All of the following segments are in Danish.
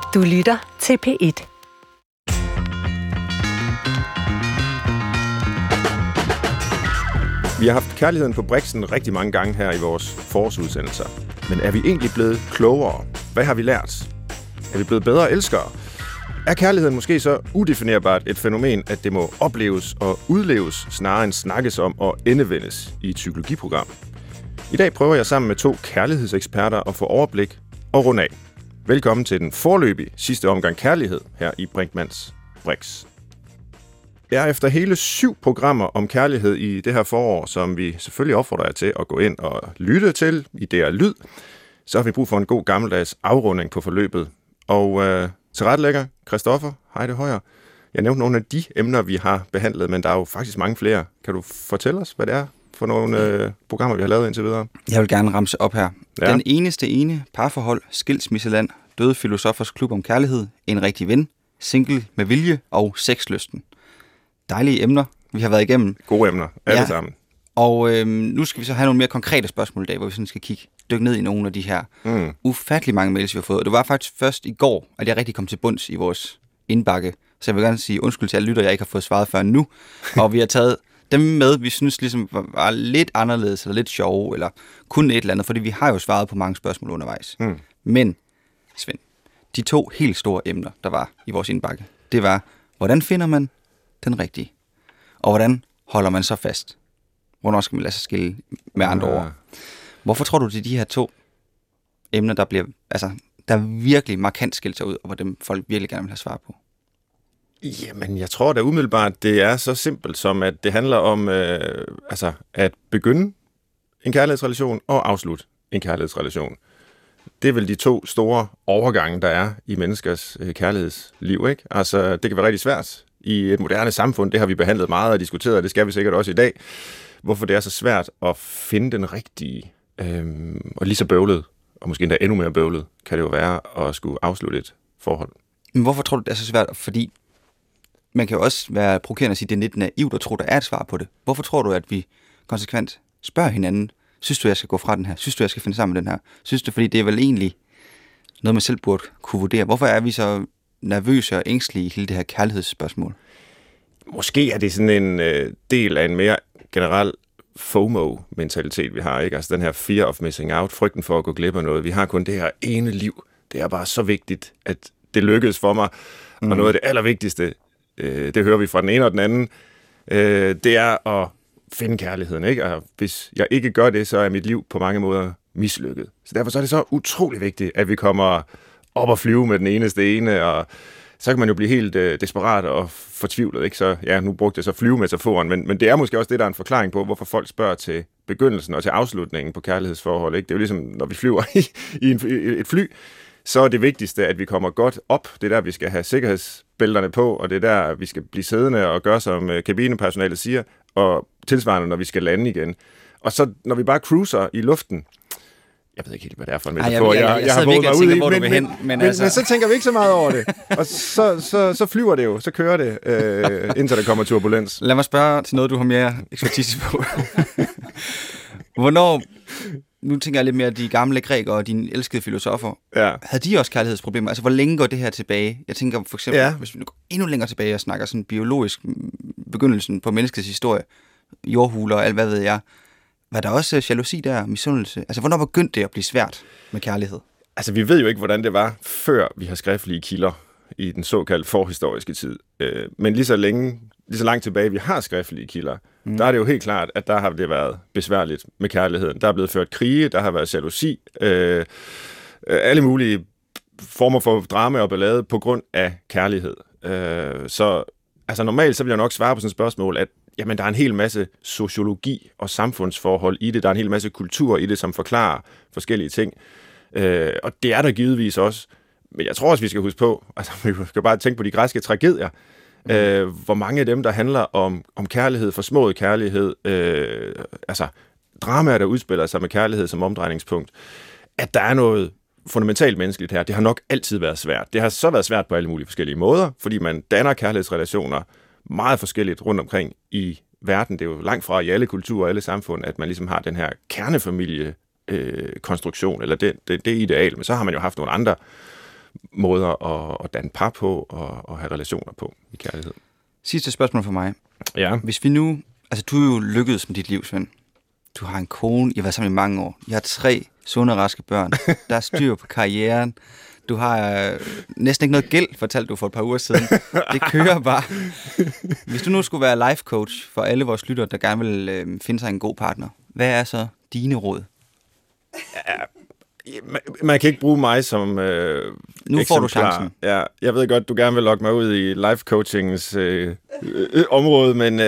Du lytter til P1. Vi har haft kærligheden på Brixen rigtig mange gange her i vores forårsudsendelser. Men er vi egentlig blevet klogere? Hvad har vi lært? Er vi blevet bedre elskere? Er kærligheden måske så udefinerbart et fænomen, at det må opleves og udleves, snarere end snakkes om og endevendes i et psykologiprogram? I dag prøver jeg sammen med 2 kærlighedseksperter at få overblik og runde af. Velkommen til den foreløbige sidste omgang kærlighed her i Brinkmanns Brix. Jeg er efter hele 7 programmer om kærlighed i det her forår, som vi selvfølgelig opfordrer jer til at gå ind og lytte til i DR Lyd, så har vi brug for en god gammeldags afrunding på forløbet. Og tilrettelægger Christoffer Heide Højer. Jeg nævnte nogle af de emner, vi har behandlet, men der er jo faktisk mange flere. Kan du fortælle os, hvad det er for nogle programmer, vi har lavet indtil videre? Jeg vil gerne ramse op her. Ja. Den eneste parforhold, skilsmisseland, døde filosofers klub om kærlighed, en rigtig ven, single med vilje og sexlysten. Dejlige emner, vi har været igennem. Gode emner, alle sammen. Og nu skal vi så have nogle mere konkrete spørgsmål i dag, hvor vi sådan skal dykke ned i nogle af de her ufattelig mange mails, vi har fået. Og det var faktisk først i går, at jeg rigtig kom til bunds i vores indbakke. Så jeg vil gerne sige undskyld til alle lytter, jeg ikke har fået svaret før nu. Og vi har taget dem med, vi synes ligesom var lidt anderledes, eller lidt sjove, eller kun et eller andet, fordi vi har jo svaret på mange spørgsmål undervejs. Men, Svend, de 2 helt store emner, der var i vores indbakke, det var, hvordan finder man den rigtige? Og hvordan holder man så fast? Hvornår skal man lade sig skille med andre ord? Hvorfor tror du, det er de her 2 emner, der virkelig markant skilt sig ud, og hvor dem folk virkelig gerne vil have svar på? Jamen, jeg tror da umiddelbart, det er så simpelt som, at det handler om at begynde en kærlighedsrelation og afslutte en kærlighedsrelation. Det er vel de 2 store overgange, der er i menneskers kærlighedsliv, ikke? Altså, det kan være rigtig svært i et moderne samfund. Det har vi behandlet meget og diskuteret, og det skal vi sikkert også i dag. Hvorfor det er så svært at finde den rigtige, og lige så bøvlet, og måske endda endnu mere bøvlet, kan det jo være at skulle afslutte et forhold. Men hvorfor tror du, det er så svært? Fordi man kan jo også være provokerende og sige, at det er lidt naivt at tro, der er et svar på det. Hvorfor tror du, at vi konsekvent spørger hinanden, synes du, jeg skal gå fra den her? Synes du, jeg skal finde sammen med den her? Synes du, fordi det er vel egentlig noget, man selv burde kunne vurdere. Hvorfor er vi så nervøse og ængstelige i hele det her kærlighedsspørgsmål? Måske er det sådan en del af en mere generel FOMO-mentalitet, vi har, ikke? Altså den her fear of missing out, frygten for at gå glip af noget. Vi har kun det her ene liv. Det er bare så vigtigt, at det lykkedes for mig. Og noget af det allervigtigste, det hører vi fra den ene og den anden, det er at finde kærligheden, ikke? Og hvis jeg ikke gør det, så er mit liv på mange måder mislykket. Så derfor så er det så utrolig vigtigt, at vi kommer op og flyve med den ene, og så kan man jo blive helt desperat og fortvivlet, ikke? Så ja, nu brugte jeg så flyvemetaforen, men det er måske også det, der er en forklaring på, hvorfor folk spørger til begyndelsen og til afslutningen på kærlighedsforhold, ikke? Det er jo ligesom, når vi flyver i et fly, så er det vigtigste, at vi kommer godt op. Det er der, vi skal have sikkerhedsbælterne på, og det er der, vi skal blive siddende og gøre, som kabinepersonalet siger, og tilsvarende, når vi skal lande igen. Og så, når vi bare cruiser i luften, jeg ved ikke helt, hvad det er for en metafor, jeg har våget mig ud i, men så tænker vi ikke så meget over det. Og så flyver det jo, så kører det, indtil der kommer turbulens. Lad mig spørge til noget, du har mere ekspertise på. Hvornår, nu tænker jeg lidt mere, de gamle grækere og dine elskede filosofer, havde de også kærlighedsproblemer? Altså, hvor længe går det her tilbage? Jeg tænker for eksempel, hvis vi nu går endnu længere tilbage og snakker sådan biologisk begyndelsen på menneskets historie, jordhuler og alt, hvad ved jeg, var der også jalousi der, misundelse? Altså, hvornår begyndte det at blive svært med kærlighed? Altså, vi ved jo ikke, hvordan det var, før vi har skriftlige kilder i den såkaldte forhistoriske tid. Men lige så langt tilbage, vi har skriftlige kilder, der er det jo helt klart, at der har det været besværligt med kærligheden. Der er blevet ført krige, der har været jalousi, alle mulige former for drama og ballade på grund af kærlighed. Så altså normalt så vil jeg nok svare på sådan et spørgsmål, at jamen, der er en hel masse sociologi og samfundsforhold i det. Der er en hel masse kultur i det, som forklarer forskellige ting. Og det er der givetvis også. Men jeg tror også, vi skal huske på, altså vi skal bare tænke på de græske tragedier, hvor mange af dem, der handler om kærlighed, forsmået kærlighed, altså dramaer, der udspiller sig med kærlighed som omdrejningspunkt, at der er noget fundamentalt menneskeligt her. Det har nok altid været svært. Det har så været svært på alle mulige forskellige måder, fordi man danner kærlighedsrelationer meget forskelligt rundt omkring i verden. Det er jo langt fra i alle kulturer og alle samfund, at man ligesom har den her kernefamilie konstruktion, eller det ideal, men så har man jo haft nogle andre måder at danne par på og have relationer på i kærlighed. Sidste spørgsmål for mig. Ja. Hvis vi nu... Altså, du er jo lykkedes med dit liv, Svend. Du har en kone, I har været sammen i mange år. I har 3 sunde og raske børn. Der er styr på karrieren. Du har næsten ikke noget gæld, fortalte du for et par uger siden. Det kører bare. Hvis du nu skulle være life coach for alle vores lyttere, der gerne vil finde sig en god partner, hvad er så dine råd? Man kan ikke bruge mig som nu eksemplar. får du chancen. Ja, jeg ved godt, du gerne vil lokke mig ud i life coachingens område, men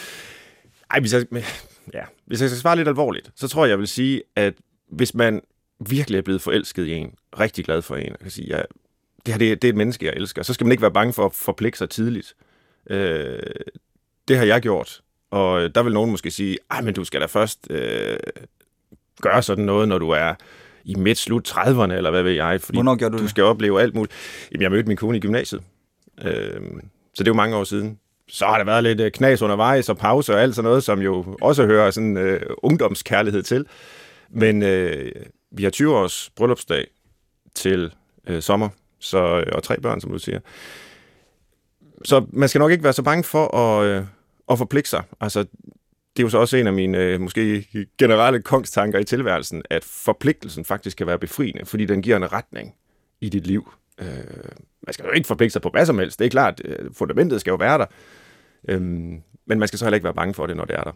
hvis jeg skal svare lidt alvorligt, så tror jeg vil sige, at hvis man virkelig er blevet forelsket i en, rigtig glad for en, og kan sige, ja, det er et menneske, jeg elsker, så skal man ikke være bange for at forpligte sig tidligt. Det har jeg gjort, og der vil nogen måske sige, men du skal da først gøre sådan noget, når du er i midt-slut 30'erne, eller hvad ved jeg, fordi hvornår gjorde du skal opleve alt muligt. Jamen, jeg mødte min kone i gymnasiet, så det er jo mange år siden. Så har der været lidt knas undervejs og pause og alt sådan noget, som jo også hører sådan ungdomskærlighed til. Men vi har 20 års bryllupsdag til sommer, og 3 børn, som du siger. Så man skal nok ikke være så bange for at forpligte sig. Altså, det er jo så også en af mine måske generelle kongstanker i tilværelsen, at forpligtelsen faktisk kan være befriende, fordi den giver en retning i dit liv. Man skal jo ikke forpligte sig på hvad som helst. Det er klart, fundamentet skal jo være der. Men man skal så heller ikke være bange for det, når det er der.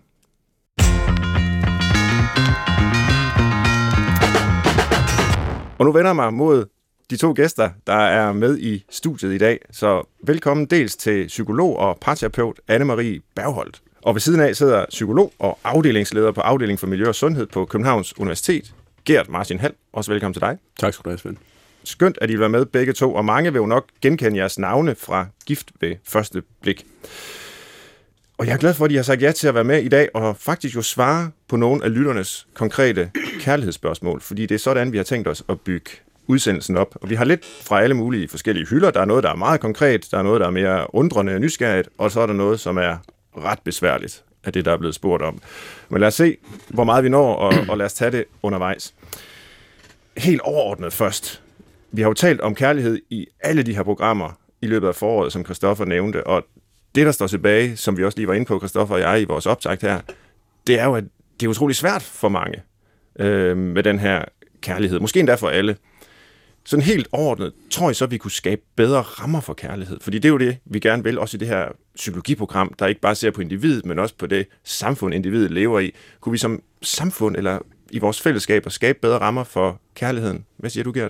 Og nu vender jeg mig mod de 2 gæster, der er med i studiet i dag. Så velkommen dels til psykolog og parterapeut Anne-Marie Bergholt. Og ved siden af sidder psykolog og afdelingsleder på afdeling for miljø og sundhed på Københavns Universitet, Gert Martin Hald. Også velkommen til dig. Tak skal du have, Svend. Skønt, at I vil være med begge 2, og mange vil jo nok genkende jeres navne fra Gift ved første blik. Og jeg er glad for, at I har sagt ja til at være med i dag, og faktisk jo svare på nogle af lytternes konkrete kærlighedsspørgsmål, fordi det er sådan, vi har tænkt os at bygge udsendelsen op. Og vi har lidt fra alle mulige forskellige hylder. Der er noget, der er meget konkret, der er noget, der er mere undrende og nysgerrigt, og så er der noget, som er ret besværligt af det, der er blevet spurgt om. Men lad os se, hvor meget vi når, og lad os tage det undervejs. Helt overordnet først. Vi har jo talt om kærlighed i alle de her programmer i løbet af foråret, som Christoffer nævnte, og det, der står tilbage, som vi også lige var inde på, Christoffer og jeg, i vores optakt her, det er jo, at det er utrolig svært for mange med den her kærlighed. Måske endda for alle. Sådan helt overordnet, tror jeg så, at vi kunne skabe bedre rammer for kærlighed. Fordi det er jo det, vi gerne vil, også i det her psykologiprogram, der ikke bare ser på individet, men også på det samfund, individet lever i. Kunne vi som samfund eller i vores fællesskaber skabe bedre rammer for kærligheden? Hvad siger du, Gert?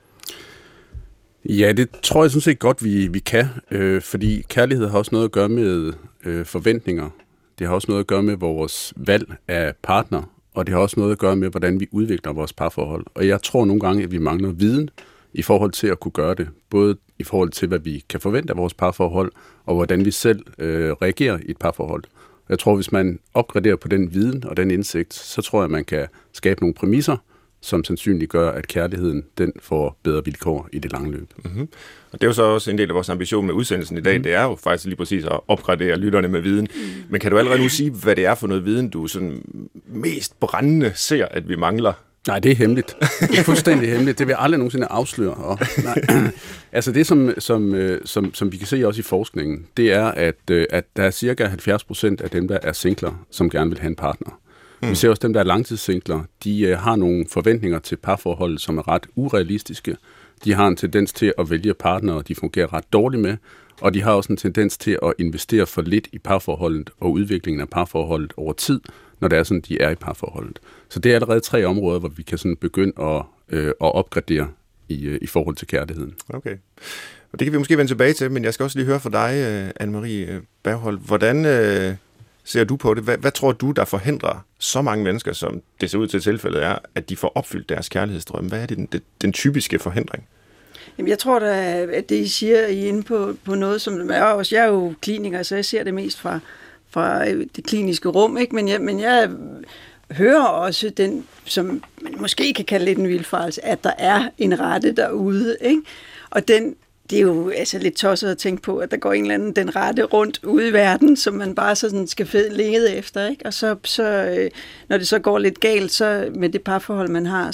Ja, det tror jeg sådan set godt, vi kan, fordi kærlighed har også noget at gøre med forventninger. Det har også noget at gøre med vores valg af partner, og det har også noget at gøre med, hvordan vi udvikler vores parforhold. Og jeg tror nogle gange, at vi mangler viden i forhold til at kunne gøre det. Både i forhold til, hvad vi kan forvente af vores parforhold, og hvordan vi selv reagerer i et parforhold. Jeg tror, hvis man opgraderer på den viden og den indsigt, så tror jeg, at man kan skabe nogle præmisser, som sandsynligt gør, at kærligheden den får bedre vilkår i det lange løb. Mm-hmm. Og det er jo så også en del af vores ambition med udsendelsen i dag. Det er jo faktisk lige præcis at opgradere lytterne med viden. Men kan du allerede nu sige, hvad det er for noget viden, du sådan mest brændende ser, at vi mangler? Nej, det er hemmeligt. Det er fuldstændig hemmeligt. Det vil jeg aldrig nogensinde afsløre. Og, altså det, som vi kan se også i forskningen, det er, at der er cirka 70% af dem, der er singler, som gerne vil have en partner. Vi ser også dem, der er langtidssingler, de har nogle forventninger til parforholdet, som er ret urealistiske. De har en tendens til at vælge partnere, de fungerer ret dårligt med, og de har også en tendens til at investere for lidt i parforholdet og udviklingen af parforholdet over tid, når det er sådan, de er i parforholdet. Så det er allerede 3 områder, hvor vi kan sådan begynde at opgradere i forhold til kærligheden. Okay. Og det kan vi måske vende tilbage til, men jeg skal også lige høre fra dig, Anne-Marie Bergholt. Hvordan ser du på det? Hvad tror du, der forhindrer så mange mennesker, som det ser ud til tilfældet er, at de får opfyldt deres kærlighedsdrømme? Hvad er den typiske forhindring? Jamen, jeg tror da, at det I siger, I er inde på noget, som er også. Jeg er jo kliniker, så jeg ser det mest fra det kliniske rum, ikke? Men jeg hører også den, som man måske kan kalde lidt en vildfarelse, at der er en rette derude, ikke? Og det er jo altså lidt tosset at tænke på, at der går en eller anden den rette rundt ude i verden, som man bare sådan skal lede efter, ikke? Og så når det så går lidt galt, så med det parforhold, man har,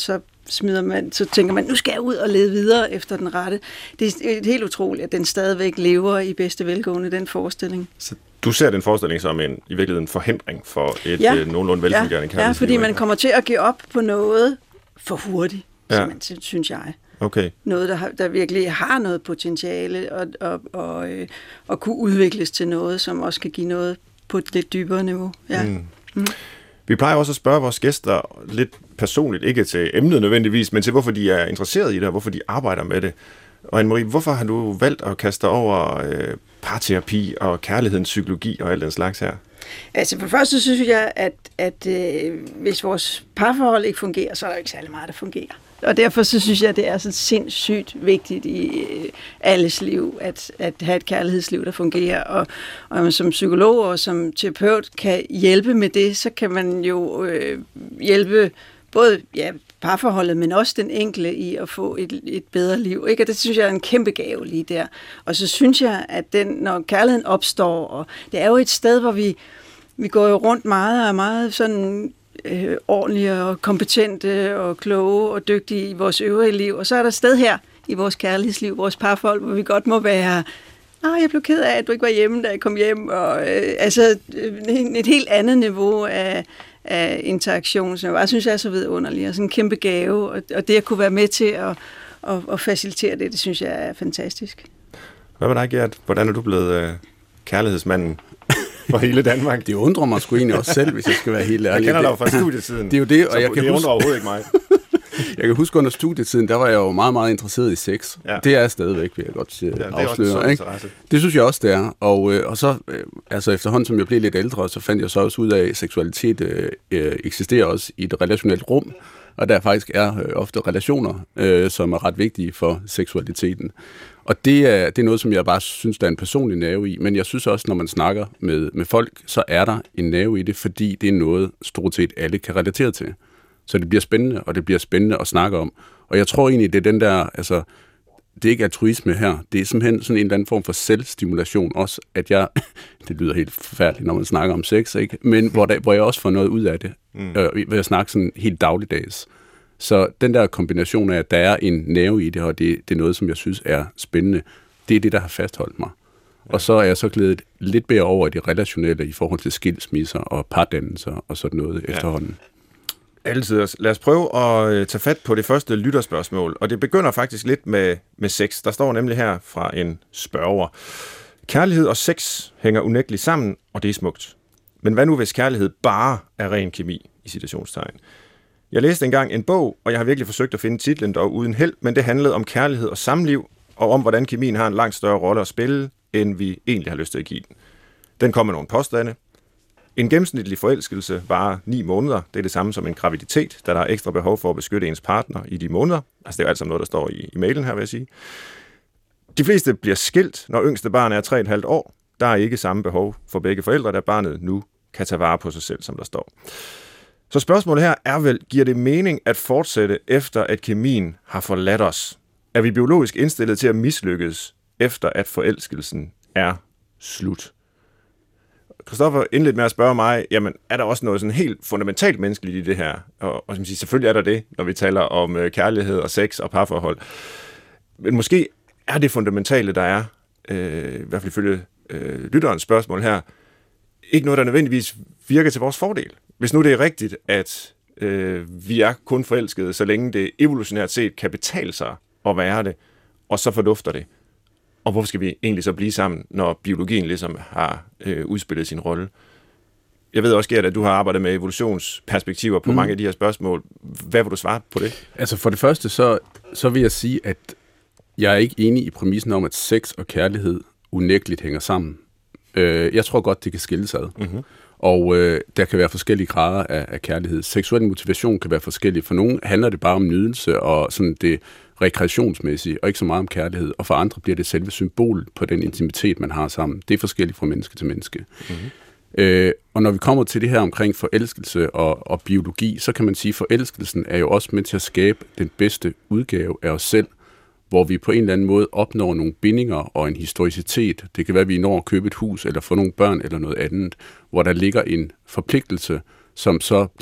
så tænker man, nu skal jeg ud og lede videre efter den rette. Det er helt utroligt, at den stadigvæk lever i bedste velgående, den forestilling. Så du ser den forestilling som i virkeligheden en forhindring for et nogenlunde velfungerende kærlighedsliv? Ja, fordi man kommer til at give op på noget for hurtigt, synes jeg. Okay. Noget, der virkelig har noget potentiale og kunne udvikles til noget, som også kan give noget på et lidt dybere niveau. Ja. Vi plejer også at spørge vores gæster lidt personligt, ikke til emnet nødvendigvis, men til hvorfor de er interesseret i det, og hvorfor de arbejder med det. Og Anne-Marie, hvorfor har du valgt at kaste over parterapi og kærlighedens psykologi og alt den slags her? Altså for det første synes jeg, at hvis vores parforhold ikke fungerer, så er der ikke særlig meget, der fungerer. Og derfor så synes jeg, det er så sindssygt vigtigt i alles liv, at have et kærlighedsliv, der fungerer. Og som psykolog og som terapeut kan hjælpe med det, så kan man jo hjælpe både parforholdet, men også den enkelte i at få et bedre liv. Ikke? Og det synes jeg er en kæmpe gave lige der. Og så synes jeg, at når kærligheden opstår, og det er jo et sted, hvor vi går jo rundt meget og er meget sådan ordentlige og kompetente og kloge og dygtige i vores øvrige liv. Og så er der et sted her i vores kærlighedsliv, vores parforhold, hvor vi godt må være, jeg blev ked af, at du ikke var hjemme, da jeg kom hjem. Og altså et helt andet niveau af interaktion, som jeg bare synes er så vidunderlig, og sådan en kæmpe gave. Og det at kunne være med til at facilitere det synes jeg er fantastisk. Hvad med dig, Gert? Hvordan er du blevet kærlighedsmanden for hele Danmark? Det undrer mig sgu egentlig også selv, hvis jeg skal være helt ærlig. Jeg kender dig fra studietiden. Det er jo det, og jeg kan det undrer overhovedet ikke mig. Jeg kan huske under studietiden, der var jeg jo meget, meget interesseret i sex. Ja. Det er jeg stadigvæk, vil jeg godt afsløre. Ikke? Det synes jeg også, det er. Og så, altså efterhånden, som jeg blev lidt ældre, så fandt jeg så også ud af, at seksualitet eksisterer også i et relationelt rum. Og der faktisk er ofte relationer, som er ret vigtige for seksualiteten. Og det er noget, som jeg bare synes, der er en personlig nerve i. Men jeg synes også, når man snakker med folk, så er der en nerve i det, fordi det er noget, stort set alle kan relatere til. Så det bliver spændende, og det bliver spændende at snakke om. Og jeg tror egentlig, det er den der, altså, det er ikke altruisme her. Det er simpelthen sådan en eller anden form for selvstimulation også, at jeg, det lyder helt forfærdeligt, når man snakker om sex, ikke? Men hvor jeg også får noget ud af det, ved at snakke sådan helt dagligdags. Så den der kombination af, at der er en nerve i det, og det er noget, som jeg synes er spændende, det er det, der har fastholdt mig. Ja. Og så er jeg så glædet lidt mere over i det relationelle i forhold til skilsmisser og pardannelser og sådan noget efterhånden. Altid. Lad os prøve at tage fat på det første lytterspørgsmål, og det begynder faktisk lidt med sex. Der står nemlig her fra en spørger. Kærlighed og sex hænger unægteligt sammen, og det er smukt. Men hvad nu, hvis kærlighed bare er ren kemi, i citationstegn? Jeg læste engang en bog, og jeg har virkelig forsøgt at finde titlen dog uden held, men det handlede om kærlighed og samliv, og om hvordan kemien har en langt større rolle at spille, end vi egentlig har lyst til at give den. Den kom med nogle påstande. En gennemsnitlig forelskelse varer 9 måneder. Det er det samme som en graviditet, da der er ekstra behov for at beskytte ens partner i de måneder. Altså det er jo alt sammen noget, der står i mailen her, vil jeg sige. De fleste bliver skilt, når yngste barn er 3,5 år. Der er ikke samme behov for begge forældre, da barnet nu kan tage vare på sig selv, som der står. Så spørgsmålet her er vel, giver det mening at fortsætte efter, at kemien har forladt os? Er vi biologisk indstillet til at mislykkes, efter at forelskelsen er slut? Christoffer indledte med at spørge mig, jamen er der også noget sådan helt fundamentalt menneskeligt i det her? Og som siger, selvfølgelig er der det, når vi taler om kærlighed og sex og parforhold. Men måske er det fundamentale, der er, i hvert fald ifølge lytterens spørgsmål her, ikke noget, der nødvendigvis virker til vores fordel. Hvis nu det er rigtigt, at vi er kun forelskede, så længe det evolutionært set kan betale sig at være det, og så fordufter det. Og hvorfor skal vi egentlig så blive sammen, når biologien ligesom har udspillet sin rolle? Jeg ved også, Gert, at du har arbejdet med evolutionsperspektiver på mange af de her spørgsmål. Hvad vil du svare på det? Altså for det første, så vil jeg sige, at jeg er ikke enig i præmissen om, at sex og kærlighed unægteligt hænger sammen. Jeg tror godt, det kan skilles ad. Mm-hmm. Og der kan være forskellige grader af kærlighed. Seksuel motivation kan være forskellig. For nogle handler det bare om nydelse og sådan det rekreationsmæssige, og ikke så meget om kærlighed. Og for andre bliver det selve symbol på den intimitet, man har sammen. Det er forskelligt fra menneske til menneske. Mm-hmm. Og når vi kommer til det her omkring forelskelse og biologi, så kan man sige, at forelskelsen er jo også med til at skabe den bedste udgave af os selv, hvor vi på en eller anden måde opnår nogle bindinger og en historicitet. Det kan være, at vi når at købe et hus, eller få nogle børn, eller noget andet, hvor der ligger en forpligtelse, som så bliver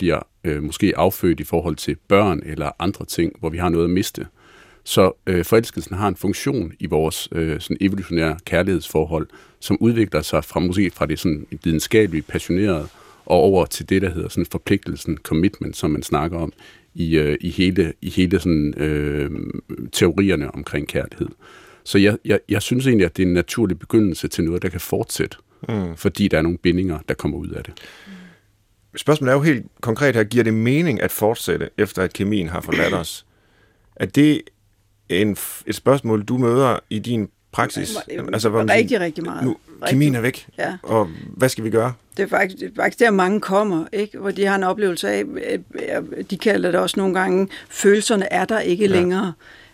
måske affødt i forhold til børn eller andre ting, hvor vi har noget at miste. Så forelskelsen har en funktion i vores sådan evolutionære kærlighedsforhold, som udvikler sig måske fra det sådan videnskabeligt passionerede og over til det, der hedder sådan forpligtelsen, commitment, som man snakker om i hele sådan, teorierne omkring kærlighed. Så jeg synes egentlig, at det er en naturlig begyndelse til noget, der kan fortsætte, fordi der er nogle bindinger, der kommer ud af det. Spørgsmålet er jo helt konkret her. Giver det mening at fortsætte, efter at kemien har forladt os? Er det et spørgsmål, du møder i din praksis? Altså, rigtig meget. Nu, kemien er væk, og hvad skal vi gøre? Det er faktisk der, mange kommer, ikke? Hvor de har en oplevelse af, de kalder det også nogle gange, følelserne er der ikke længere.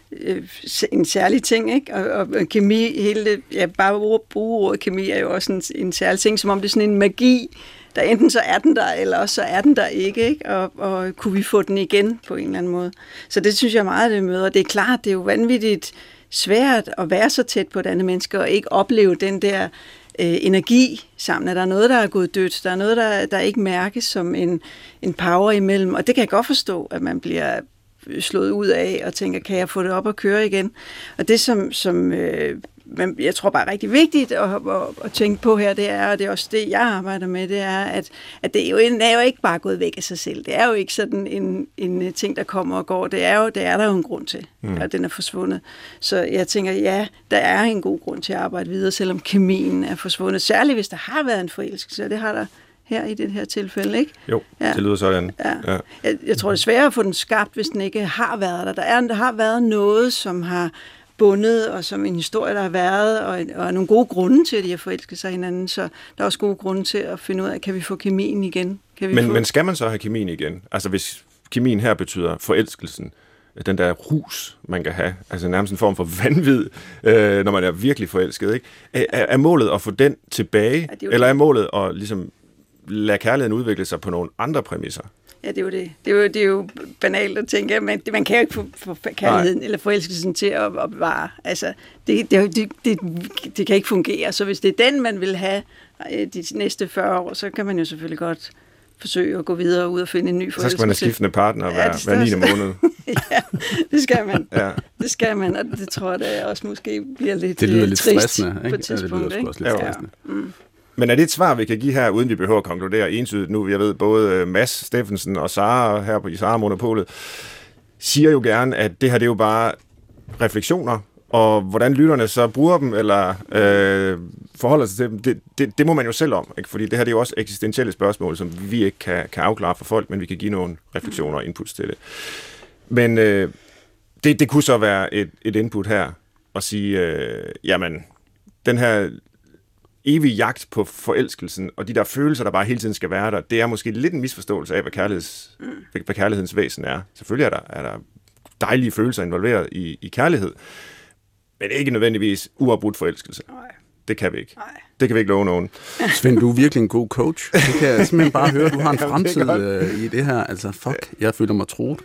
En særlig ting, ikke? Og kemi, bare bruge ordet kemi er jo også en særlig ting, som om det er sådan en magi, der enten så er den der, eller også så er den der ikke? Og kunne vi få den igen på en eller anden måde. Så det synes jeg meget, det møder. Det er klart, det er jo vanvittigt svært at være så tæt på et andet menneske, og ikke opleve den der energi sammen, at der er noget, der er gået dødt, der er noget, der ikke mærkes som en power imellem, og det kan jeg godt forstå, at man bliver slået ud af og tænker, kan jeg få det op og køre igen? Og det, som jeg tror bare er rigtig vigtigt at tænke på her, det er, og det er også det, jeg arbejder med, det er, at det er jo ikke bare gået væk af sig selv. Det er jo ikke sådan en ting, der kommer og går. Det er der jo en grund til, at den er forsvundet. Så jeg tænker, ja, der er en god grund til at arbejde videre, selvom kemien er forsvundet. Særligt hvis der har været en forelskelse, og det har der her i det her tilfælde, ikke? Jo, det lyder sådan. Ja. Jeg tror, det er sværere at få den skabt, hvis den ikke har været der. Der har været noget, som har bundet, og som en historie, der har været, og nogle gode grunde til, at de har forelsket sig hinanden, så der er også gode grunde til at finde ud af, kan vi få kemien igen? Men skal man så have kemien igen? Altså hvis kemien her betyder forelskelsen, den der rus, man kan have, altså nærmest en form for vanvid, når man er virkelig forelsket, ikke? Er målet at få den tilbage, eller er målet at ligesom lade kærligheden udvikle sig på nogle andre præmisser? Ja, det er jo det. Det er jo banalt at tænke, men man kan jo ikke få kærligheden eller forelskelsen til at bevare. Altså, det kan ikke fungere. Så hvis det er den, man vil have de næste 40 år, så kan man jo selvfølgelig godt forsøge at gå videre ud og finde en ny forelskelse. Så skal man have skiftende partner hver 9. måned. Ja, det skal man. Det skal man, og det tror jeg da også måske bliver lidt det lyder lidt trist stressende, ikke? på et tidspunkt. Det lyder også lidt stressende. Men er det et svar, vi kan give her, uden vi behøver at konkludere entydigt nu? Jeg ved, både Mads Steffensen og Sara her i Sara-monopolet siger jo gerne, at det her det er jo bare refleksioner, og hvordan lytterne så bruger dem, eller forholder sig til dem, det må man jo selv om, ikke? Fordi det her det er jo også eksistentielle spørgsmål, som vi ikke kan afklare for folk, men vi kan give nogle refleksioner og inputs til det. Men det kunne så være et input her, at sige, jamen, den her evig jagt på forelskelsen, og de der følelser, der bare hele tiden skal være der, det er måske lidt en misforståelse af, hvad kærlighedens væsen er. Selvfølgelig er der dejlige følelser involveret i kærlighed, men ikke nødvendigvis uafbrudt forelskelse. Nej. Det kan vi ikke. Nej. Det kan vi ikke love nogen. Svend, du er virkelig en god coach. Det kan jeg simpelthen bare høre. Du har en fremtid i det her. Altså, jeg føler mig troet.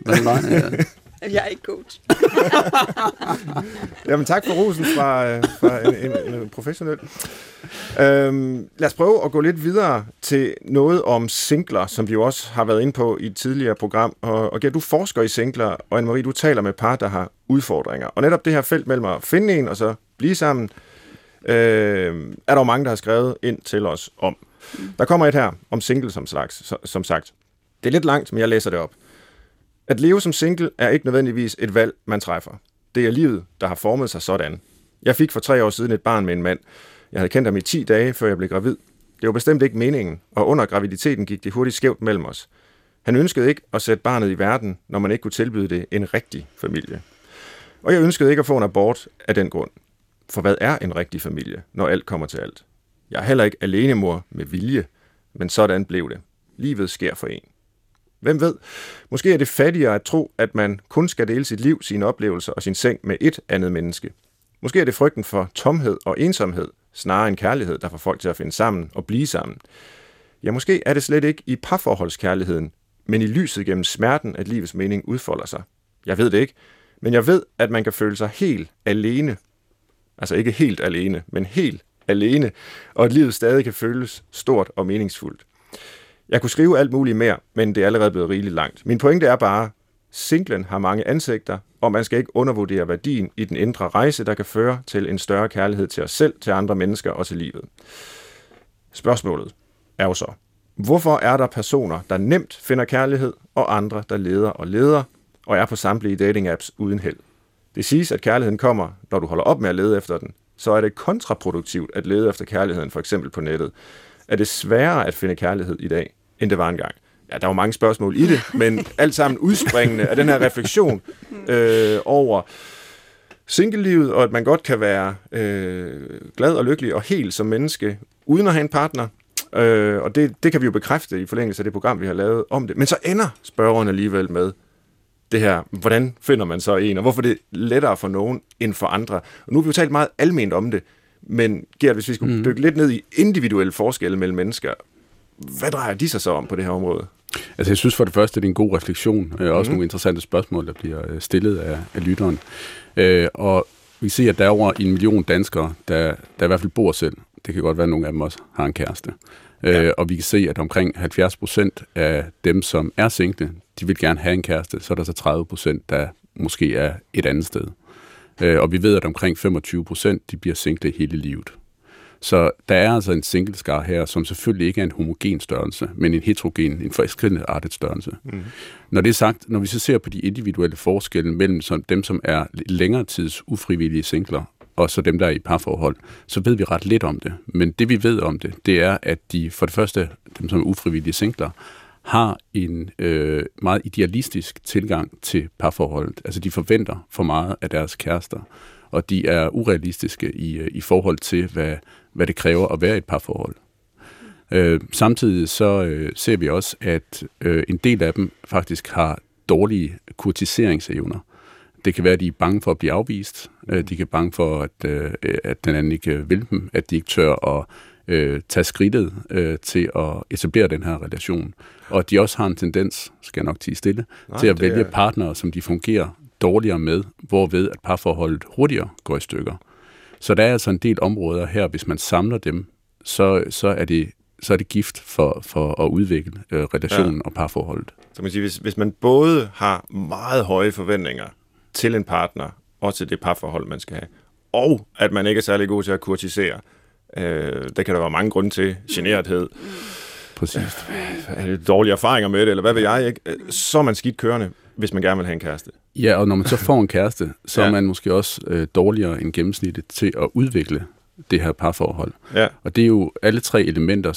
Jeg er ikke coach. Jamen tak for rosen fra en professionel. Lad os prøve at gå lidt videre til noget om singler, som vi jo også har været inde på i et tidligere program. Og Gert, du forsker i singler, og Anne-Marie, du taler med par, der har udfordringer. Og netop det her felt mellem at finde en og så blive sammen, er der jo mange, der har skrevet ind til os om. Der kommer et her om single som sagt. Det er lidt langt, men jeg læser det op. At leve som single er ikke nødvendigvis et valg, man træffer. Det er livet, der har formet sig sådan. Jeg fik for 3 år siden et barn med en mand. Jeg havde kendt ham i 10 dage, før jeg blev gravid. Det var bestemt ikke meningen, og under graviditeten gik det hurtigt skævt mellem os. Han ønskede ikke at sætte barnet i verden, når man ikke kunne tilbyde det en rigtig familie. Og jeg ønskede ikke at få en abort af den grund. For hvad er en rigtig familie, når alt kommer til alt? Jeg er heller ikke alenemor med vilje, men sådan blev det. Livet sker for en. Hvem ved? Måske er det fattigere at tro, at man kun skal dele sit liv, sine oplevelser og sin seng med et andet menneske. Måske er det frygten for tomhed og ensomhed, snarere end kærlighed, der får folk til at finde sammen og blive sammen. Ja, måske er det slet ikke i parforholdskærligheden, men i lyset gennem smerten, at livets mening udfolder sig. Jeg ved det ikke, men jeg ved, at man kan føle sig helt alene. Altså ikke helt alene, men helt alene, og at livet stadig kan føles stort og meningsfuldt. Jeg kunne skrive alt muligt mere, men det er allerede blevet rigeligt langt. Min pointe er bare, singlen har mange ansigter, og man skal ikke undervurdere værdien i den indre rejse, der kan føre til en større kærlighed til os selv, til andre mennesker og til livet. Spørgsmålet er jo så, hvorfor er der personer, der nemt finder kærlighed, og andre, der leder og er på samtlige dating-apps uden held? Det siges, at kærligheden kommer, når du holder op med at lede efter den. Så er det kontraproduktivt at lede efter kærligheden, for eksempel på nettet. Er det sværere at finde kærlighed i dag, end det var engang? Ja, der var mange spørgsmål i det, men alt sammen udspringende af den her refleksion over single-livet, og at man godt kan være glad og lykkelig og hel som menneske, uden at have en partner. Og det kan vi jo bekræfte i forlængelse af det program, vi har lavet om det. Men så ender spørgeren alligevel med det her, hvordan finder man så en, og hvorfor det er lettere for nogen end for andre. Og nu har vi jo talt meget alment om det, men Gert, hvis vi skulle dykke lidt ned i individuelle forskelle mellem mennesker, hvad drejer de sig så om på det her område? Altså jeg synes for det første, det er en god refleksion, også nogle interessante spørgsmål, der bliver stillet af lytteren. Og vi ser, at der er over 1 million danskere, der i hvert fald bor selv. Det kan godt være, at nogle af dem også har en kæreste. Ja. Og vi kan se, at omkring 70% af dem, som er single, de vil gerne have en kæreste. Så er der så 30%, der måske er et andet sted. Og vi ved, at omkring 25%, de bliver single hele livet. Så der er altså en singleskare her, som selvfølgelig ikke er en homogen størrelse, men en heterogen, en forskelligartet størrelse. Mm. Når det er sagt, når vi så ser på de individuelle forskelle mellem dem, som er længere tids ufrivillige singler, og så dem, der er i parforhold, så ved vi ret lidt om det. Men det, vi ved om det, det er, at de for det første, dem som er ufrivillige singler, har en meget idealistisk tilgang til parforholdet. Altså, de forventer for meget af deres kærester, og de er urealistiske i forhold til, hvad det kræver at være i et parforhold. Samtidig så ser vi også, at en del af dem faktisk har dårlige kurtiseringsevner. Det kan være, at de er bange for at blive afvist. De kan bange for, at den anden ikke vil dem, at de ikke tør at tage skridtet til at etablere den her relation. Og de også har en tendens, skal jeg nok tie stille, til at vælge partnere, som de fungerer dårligere med, hvorved at parforholdet hurtigere går i stykker. Så der er altså en del områder her, hvis man samler dem, så er det gift for at udvikle relationen og parforholdet. Så man siger, hvis man både har meget høje forventninger til en partner og til det parforhold, man skal have, og at man ikke er særlig god til at kurtisere, der kan der være mange grunde til, generethed, præcis, dårlige erfaringer med det, eller hvad ved jeg, ikke? Så er man skidt kørende, hvis man gerne vil have en kæreste. Ja, og når man så får en kæreste, så er man måske også dårligere end gennemsnittet til at udvikle det her parforhold. Ja. Og det er jo alle 3 elementer,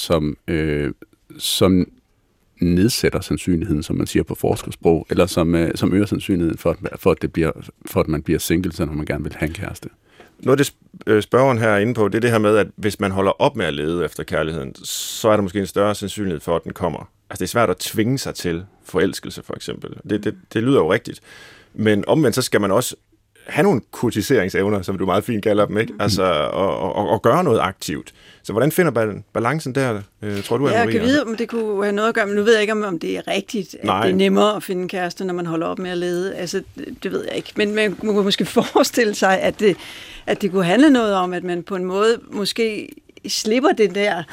som nedsætter sandsynligheden, som man siger på forskersprog, eller som øger sandsynligheden for at man bliver single, så når man gerne vil have en kæreste. Noget det spørgeren her er inde på, det er det her med, at hvis man holder op med at lede efter kærligheden, så er der måske en større sandsynlighed for, at den kommer. Altså det er svært at tvinge sig til forelskelse, for eksempel. Det lyder jo rigtigt. Men omvendt, så skal man også have nogle kurtiseringsevner, som du meget fint kalder dem, ikke? Altså, og gøre noget aktivt. Så hvordan finder balancen der, tror du, Anne-Marie? Jeg kan vide, om det kunne have noget at gøre, men nu ved jeg ikke, om det er rigtigt, at det er nemmere at finde en kæreste, når man holder op med at lede. Altså, det ved jeg ikke. Men man kunne måske forestille sig, at det kunne handle noget om, at man på en måde måske slipper den der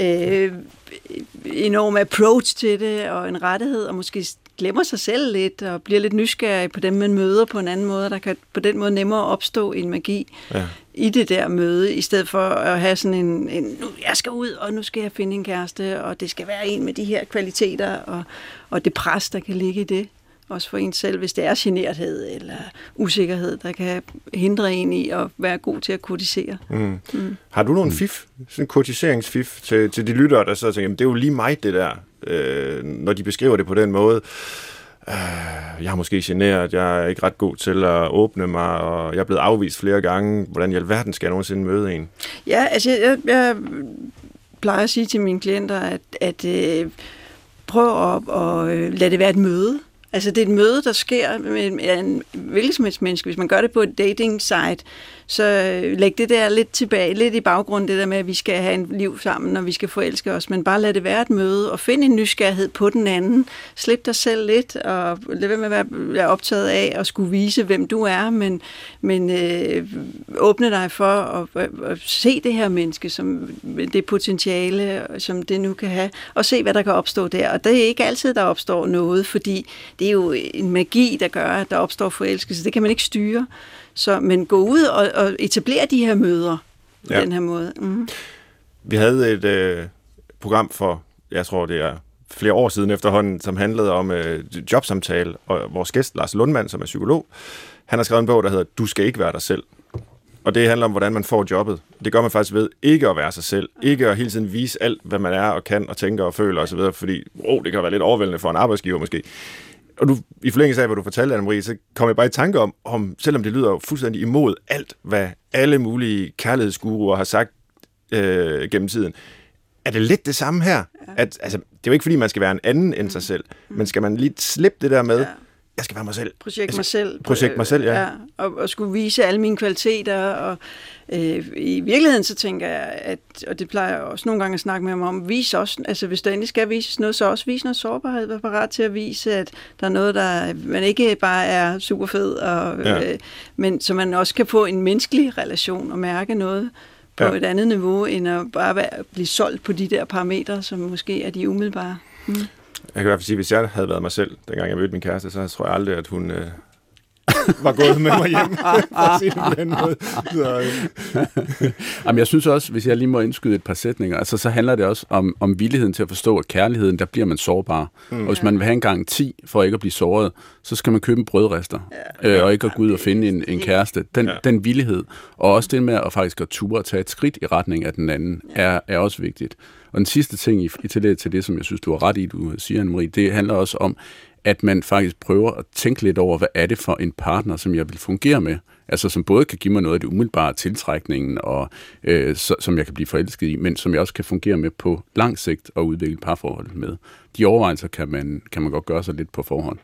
enorme approach til det, og en rettighed, og måske glemmer sig selv lidt, og bliver lidt nysgerrig på dem, man møder på en anden måde. Der kan på den måde nemmere opstå en magi i det der møde, i stedet for at have sådan en nu jeg skal ud, og nu skal jeg finde en kæreste, og det skal være en med de her kvaliteter, og det pres, der kan ligge i det. Også for en selv, hvis det er generthed eller usikkerhed, der kan hindre en i at være god til at kurtisere. Har du nogle fif, sådan en kurtiseringsfif til de lyttere, der så tænker, det er jo lige mig det der, når de beskriver det på den måde. Jeg er måske generet, jeg er ikke ret god til at åbne mig, og jeg er blevet afvist flere gange. Hvordan i alverden skal jeg nogensinde møde en? Ja, altså jeg plejer at sige til mine klienter, at prøv at lade det være et møde. Altså, det er et møde, der sker med en hvilket som helst menneske. Hvis man gør det på et dating site, så læg det der lidt tilbage, lidt i baggrunden, det der med, at vi skal have en liv sammen, og vi skal forelske os, men bare lad det være et møde, og find en nysgerrighed på den anden. Slip dig selv lidt, og lad være med at være optaget af at skulle vise, hvem du er, men åbne dig for at se det her menneske, som det potentiale, som det nu kan have, og se, hvad der kan opstå der. Og det er ikke altid, der opstår noget, fordi det er jo en magi, der gør, at der opstår forelskelse. Det kan man ikke styre. Men gå ud og etablere de her møder på den her måde. Mm. Vi havde et program for, jeg tror det er flere år siden efterhånden, som handlede om jobsamtale, og vores gæst, Lars Lundmand, som er psykolog, han har skrevet en bog, der hedder Du skal ikke være dig selv. Og det handler om, hvordan man får jobbet. Det gør man faktisk ved ikke at være sig selv. Ikke at hele tiden vise alt, hvad man er og kan og tænker og føler osv., fordi det kan være lidt overvældende for en arbejdsgiver måske. Og du, i forlængelse af, hvad du fortalte, Anne-Marie, så kom jeg bare i tanke om, selvom det lyder jo fuldstændig imod alt, hvad alle mulige kærlighedsguruer har sagt gennem tiden, er det lidt det samme her? At, altså, det er jo ikke, fordi man skal være en anden end sig selv, men skal man lige slippe det der med, jeg skal være mig selv. Projekt mig selv, ja. Og skulle vise alle mine kvaliteter, og i virkeligheden så tænker jeg, at, og det plejer jeg også nogle gange at snakke med ham om, vis også, altså hvis der endelig skal vises noget, så også vise noget sårbarhed, være parat til at vise, at der er noget, man ikke bare er super fed, men så man også kan få en menneskelig relation og mærke noget på et andet niveau, end at bare blive solgt på de der parametre, som måske er de umiddelbare. Mm. Jeg kan i hvert fald sige, at hvis jeg havde været mig selv, dengang jeg mødte min kæreste, så tror jeg aldrig, at hun var gået med mig hjem, for at sige det på den måde. Jamen, jeg synes også, hvis jeg lige må indskyde et par sætninger, altså, så handler det også om villigheden til at forstå, at kærligheden, der bliver man sårbar. Og hvis man vil have en garanti for ikke at blive såret, så skal man købe en brødrester, og ikke at gå ud og finde en kæreste. Den villighed, og også det med at faktisk at ture og tage et skridt i retning af den anden, er også vigtigt. Og den sidste ting i tillæg til det, som jeg synes, du har ret i, du siger, Anne-Marie, det handler også om, at man faktisk prøver at tænke lidt over, hvad er det for en partner, som jeg vil fungere med. Altså som både kan give mig noget af det umiddelbare tiltrækningen, og som jeg kan blive forelsket i, men som jeg også kan fungere med på lang sigt og udvikle parforhold med. De overvejelser kan man godt gøre sig lidt på forhånd.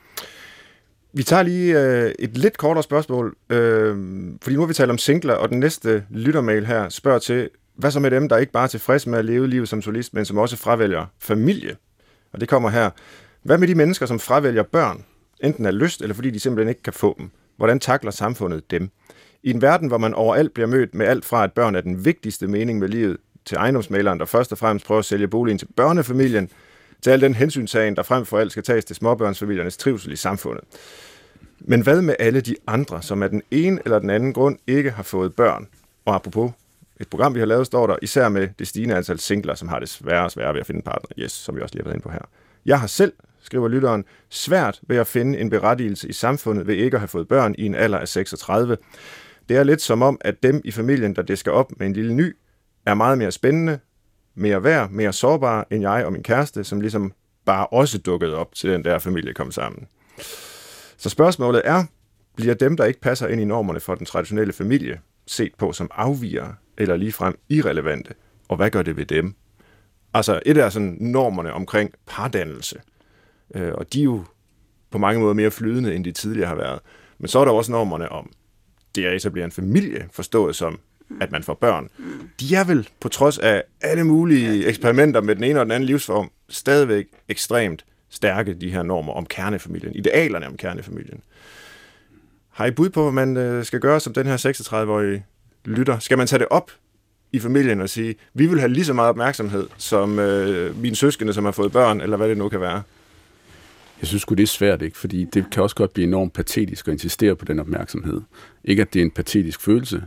Vi tager lige et lidt kortere spørgsmål, fordi nu har vi talt om singler, og den næste lyttermail her spørger til, hvad så med dem, der ikke bare er tilfredse med at leve livet som solist, men som også fravælger familie? Og det kommer her. Hvad med de mennesker, som fravælger børn, enten af lyst, eller fordi de simpelthen ikke kan få dem? Hvordan takler samfundet dem? I en verden, hvor man overalt bliver mødt med alt fra, at børn er den vigtigste mening med livet, til ejendomsmæleren, der først og fremmest prøver at sælge boligen til børnefamilien, til al den hensyntagen, der frem for alt skal tages til småbørnsfamiliernes trivsel i samfundet. Men hvad med alle de andre, som af den ene eller den anden grund ikke har fået børn? Og apropos et program, vi har lavet, står der især med det stigende antal singler, som har det sværere og sværere ved at finde en partner. Yes, som vi også lige har været inde på her. Jeg har selv, skriver lytteren, svært ved at finde en berettigelse i samfundet ved ikke at have fået børn i en alder af 36. Det er lidt som om, at dem i familien, der disker op med en lille ny, er meget mere spændende, mere værd, mere sårbare end jeg og min kæreste, som ligesom bare også dukkede op til den der familie kom sammen. Så spørgsmålet er, bliver dem, der ikke passer ind i normerne for den traditionelle familie, set på som afvigere eller ligefrem irrelevante, og hvad gør det ved dem? Altså, et er sådan normerne omkring pardannelse, og de er jo på mange måder mere flydende, end de tidligere har været. Men så er der også normerne om, det at etablere en familie, forstået som, at man får børn. De er vel, på trods af alle mulige eksperimenter med den ene og den anden livsform, stadigvæk ekstremt stærke, de her normer om kernefamilien, idealerne om kernefamilien. Har I bud på, hvad man skal gøre som den her 36-årige lytter? Skal man tage det op i familien og sige, vi vil have lige så meget opmærksomhed som mine søskende, som har fået børn, eller hvad det nu kan være? Jeg synes sgu, det er svært, ikke? Fordi det kan også godt blive enormt patetisk at insistere på den opmærksomhed. Ikke, at det er en patetisk følelse,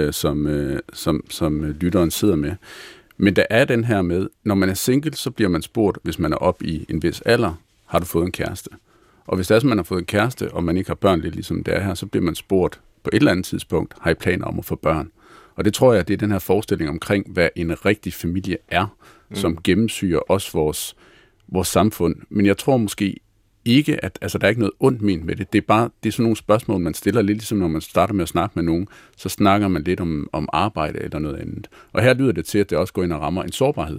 som lytteren sidder med. Men der er den her med, når man er single, så bliver man spurgt, hvis man er op i en vis alder, har du fået en kæreste? Og hvis det er, som man har fået en kæreste, og man ikke har børn lidt ligesom det er her, så bliver man spurgt på et eller andet tidspunkt, har I planer om at få børn? Og det tror jeg, det er den her forestilling omkring, hvad en rigtig familie er, som gennemsyrer også vores samfund. Men jeg tror måske ikke, at der er ikke noget ondt ment med det. Det er sådan nogle spørgsmål, man stiller lidt ligesom, når man starter med at snakke med nogen, så snakker man lidt om arbejde eller noget andet. Og her lyder det til, at det også går ind og rammer en sårbarhed.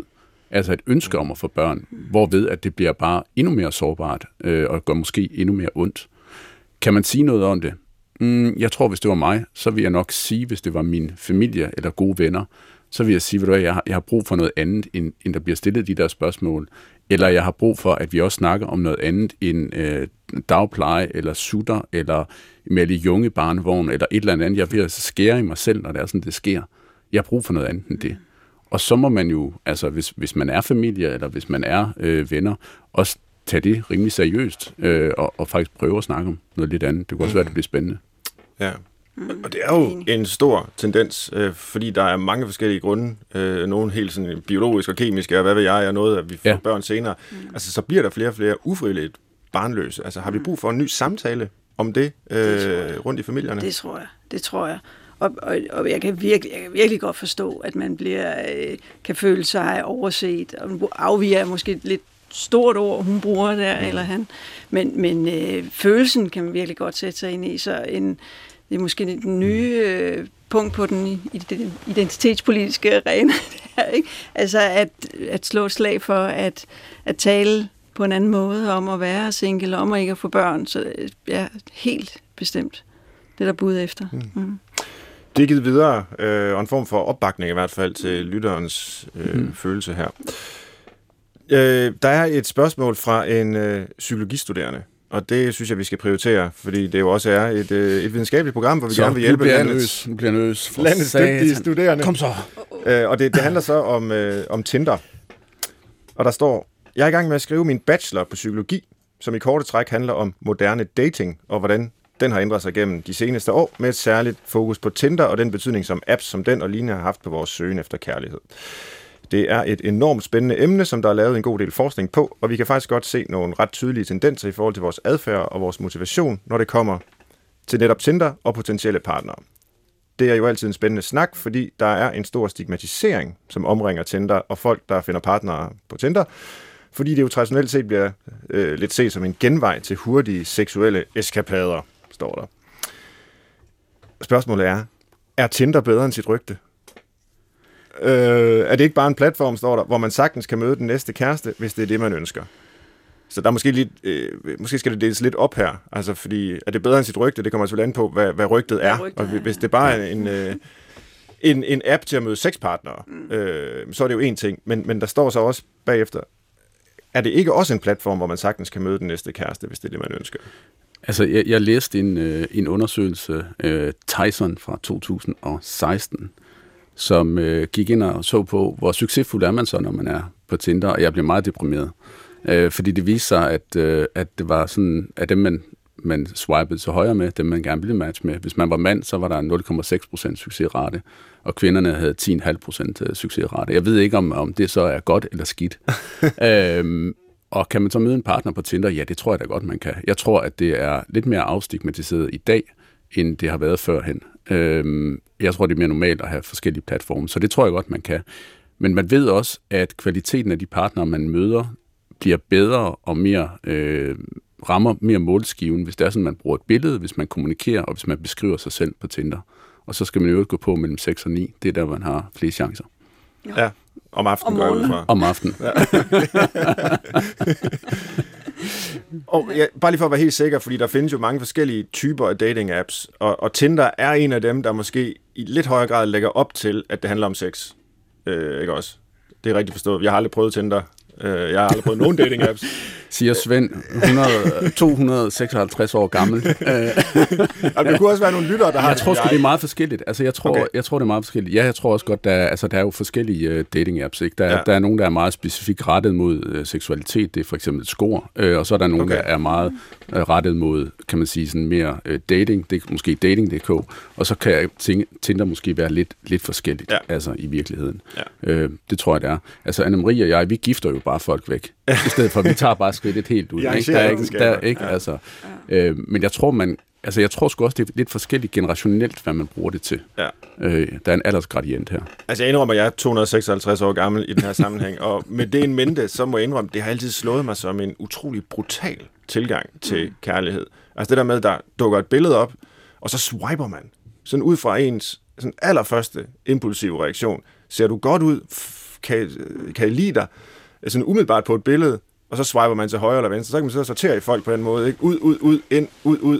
Altså et ønske om at få børn, hvorved at det bliver bare endnu mere sårbart, og gør måske endnu mere ondt. Kan man sige noget om det? Jeg tror, hvis det var mig, så vil jeg nok sige, hvis det var min familie eller gode venner, så vil jeg sige, at jeg har brug for noget andet, end der bliver stillet de der spørgsmål. Eller jeg har brug for, at vi også snakker om noget andet end dagpleje, eller sutter, eller med junge barnevogn, eller et eller andet. Jeg vil skære i mig selv, når det er sådan, det sker. Jeg har brug for noget andet end det. Og så må man jo, altså hvis man er familie, eller hvis man er venner, også tage det rimelig seriøst, og faktisk prøve at snakke om noget lidt andet. Det kunne også være, at det bliver spændende. Ja, og det er jo en stor tendens, fordi der er mange forskellige grunde, nogle helt sådan biologiske og kemiske, og hvad ved jeg, og noget, at vi får børn senere. Altså, så bliver der flere og flere ufrivilligt barnløse. Altså, har vi brug for en ny samtale om det rundt i familierne? Det tror jeg. Og jeg kan virkelig godt forstå, at man kan føle sig overset, og afviger måske et lidt stort ord, hun bruger der, eller han. Men følelsen kan man virkelig godt sætte sig ind i, så det er måske den nye punkt på den identitetspolitiske arena, der, ikke? Altså at slå et slag for at tale på en anden måde om at være single, om at ikke at få børn, så ja, helt bestemt. Det er der bud efter. Det er givet videre, og en form for opbakning i hvert fald til lytterens følelse her. Der er et spørgsmål fra en psykologistuderende, og det synes jeg, vi skal prioritere, fordi det jo også er et videnskabeligt program, hvor vi gerne vil hjælpe landets dygtige studerende. Kom så! Og det handler så om Tinder. Og der står, jeg er i gang med at skrive min bachelor på psykologi, som i korte træk handler om moderne dating, og hvordan den har ændret sig gennem de seneste år, med et særligt fokus på Tinder og den betydning, som apps som den og lignende har haft på vores søgen efter kærlighed. Det er et enormt spændende emne, som der er lavet en god del forskning på, og vi kan faktisk godt se nogle ret tydelige tendenser i forhold til vores adfærd og vores motivation, når det kommer til netop Tinder og potentielle partnere. Det er jo altid en spændende snak, fordi der er en stor stigmatisering, som omringer Tinder og folk, der finder partnere på Tinder, fordi det jo traditionelt set bliver lidt set som en genvej til hurtige seksuelle eskapader, står der. Spørgsmålet er Tinder bedre end sit rygte? Er det ikke bare en platform, står der, hvor man sagtens kan møde den næste kæreste, hvis det er det, man ønsker? Så der er måske skal det deles lidt op her, altså fordi, er det bedre end sit rygte? Det kommer selvfølgelig an på, hvad rygtet er. Og hvis det bare er en app til at møde sexpartnere, så er det jo en ting, men der står så også bagefter, er det ikke også en platform, hvor man sagtens kan møde den næste kæreste, hvis det er det, man ønsker? Altså, jeg læste en undersøgelse, Tyson fra 2016, som gik ind og så på, hvor succesfuld er man så, når man er på Tinder, og jeg blev meget deprimeret. Fordi det viste sig, at det var sådan, at dem, man swipede til højre med, dem man gerne ville matche med. Hvis man var mand, så var der 0,6% succesrate, og kvinderne havde 10,5% succesrate. Jeg ved ikke, om det så er godt eller skidt. Og kan man så møde en partner på Tinder? Ja, det tror jeg da godt, man kan. Jeg tror, at det er lidt mere afstigmatiseret i dag, end det har været førhen. Jeg tror, det er mere normalt at have forskellige platforme, så det tror jeg godt, man kan. Men man ved også, at kvaliteten af de partnere, man møder, bliver bedre og mere rammer mere målskiven, hvis det er sådan, man bruger et billede, hvis man kommunikerer, og hvis man beskriver sig selv på Tinder. Og så skal man jo gå på mellem 6 og 9. Det er der, man har flest chancer. Ja, om aftenen går jeg ud fra. Om aftenen. Ja. Og bare lige for at være helt sikker, fordi der findes jo mange forskellige typer af dating-apps, og Tinder er en af dem, der måske i lidt højere grad lægger op til, at det handler om sex. Ikke også? Det er rigtigt forstået. Jeg har aldrig prøvet Tinder. Jeg har aldrig prøvet nogen dating-apps. Siger Svend, 256 år gammel. Det kunne også være nogle lyttere, der har... Jeg tror sgu, det er meget forskelligt. Altså, jeg tror, det er meget forskelligt. Ja, jeg tror også godt, der er jo forskellige dating-apps. Ikke? Der er nogen, der er meget specifikt rettet mod seksualitet. Det er for eksempel Skor. Og så er der nogen, der er meget rettet mod, kan man sige, sådan mere dating. Det er måske dating.dk. Og så kan Tinder måske være lidt forskelligt, altså i virkeligheden. Ja. Det tror jeg, det er. Altså, Anne-Marie og jeg, vi gifter jo bare folk væk. I stedet for, at vi tager bare skridtet helt ud. Men jeg tror sgu også, det er lidt forskelligt generationelt, hvad man bruger det til. Ja. Der er en aldersgradient her. Altså, jeg indrømmer, at jeg er 256 år gammel i den her sammenhæng, og med det en mente, så må jeg indrømme, det har altid slået mig som en utrolig brutal tilgang til kærlighed. Altså det der med, der dukker et billede op, og så swiper man. Sådan ud fra ens sådan allerførste impulsive reaktion. Ser du godt ud? kan I lide dig? Sådan umiddelbart på et billede, og så swiper man til højre eller venstre, så kan man så sortere i folk på den måde, ikke? Ud, ind,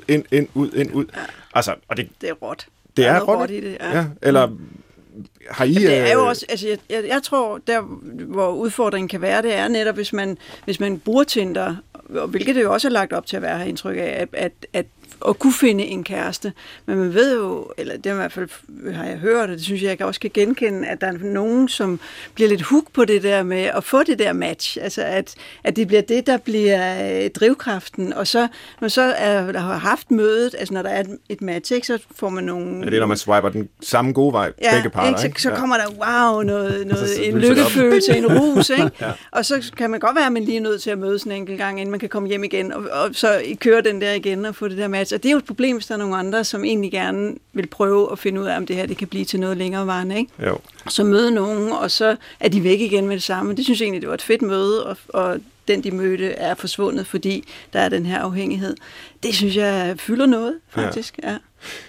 ud. Altså, og det er råt. Det er råt i det, ja. Eller har I... Det er jo også, altså jeg tror, der hvor udfordringen kan være, det er netop, hvis man bruger Tinder, hvilket det jo også er lagt op til at være her indtryk af, at kunne finde en kæreste. Men man ved jo, eller det i hvert fald har jeg hørt, og det synes jeg også kan genkende, at der er nogen, som bliver lidt hook på det der med at få det der match. Altså at det bliver det, der bliver drivkraften. Og så, når så der har haft mødet, altså når der er et match, ikke, så får man nogle... Ja, det er, når man swiper den samme gode vej, begge parter. Ikke? Så kommer der, en lykkefølelse, en rus, ikke? Ja. Og så kan man godt være, at man lige er nødt til at mødes en enkelt gang, inden man kan komme hjem igen, og så køre den der igen og få det der match. Og det er jo et problem, hvis der er nogle andre, som egentlig gerne vil prøve at finde ud af, om det her det kan blive til noget længerevarende, ikke? Jo. Så møde nogen, og så er de væk igen med det samme. Det synes jeg egentlig, det var et fedt møde, og den, de mødte, er forsvundet, fordi der er den her afhængighed. Det synes jeg fylder noget, faktisk. Ja.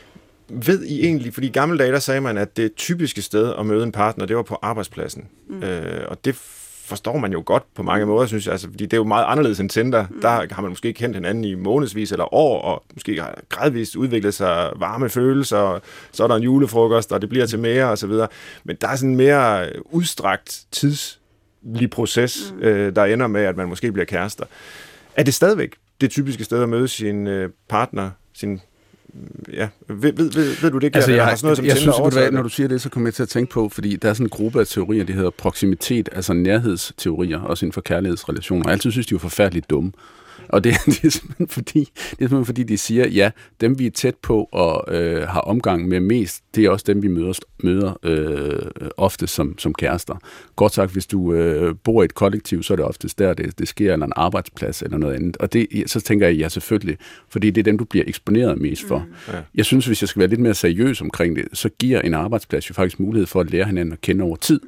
Ved I egentlig, fordi i gamle dage, der sagde man, at det typiske sted at møde en partner, det var på arbejdspladsen. Og det forstår man jo godt på mange måder, synes jeg, altså, fordi det er jo meget anderledes end Tinder. Der har man måske kendt hinanden i månedsvis eller år, og måske har gradvist udviklet sig varme følelser, og så er der en julefrokost, og det bliver til mere, og så videre. Men der er sådan en mere udstrakt tidslig proces, der ender med, at man måske bliver kærester. Er det stadigvæk det typiske sted at møde sin partner, sin... Ja, ved du det? Altså, jeg synes, når du siger det, så kommer jeg til at tænke på, fordi der er sådan en gruppe af teorier, det hedder proximitet, altså nærhedsteorier, også inden for kærlighedsrelationer. Jeg altid synes, de er forfærdeligt dumme. Og det er simpelthen fordi, de siger, ja, dem vi er tæt på og har omgang med mest, det er også dem, vi møder ofte som kærester. Godt sagt, hvis du bor i et kollektiv, så er det oftest der, det sker, eller en arbejdsplads eller noget andet. Og så tænker jeg, ja, selvfølgelig, fordi det er dem, du bliver eksponeret mest for. Ja. Jeg synes, hvis jeg skal være lidt mere seriøs omkring det, så giver en arbejdsplads jo faktisk mulighed for at lære hinanden at kende over tid.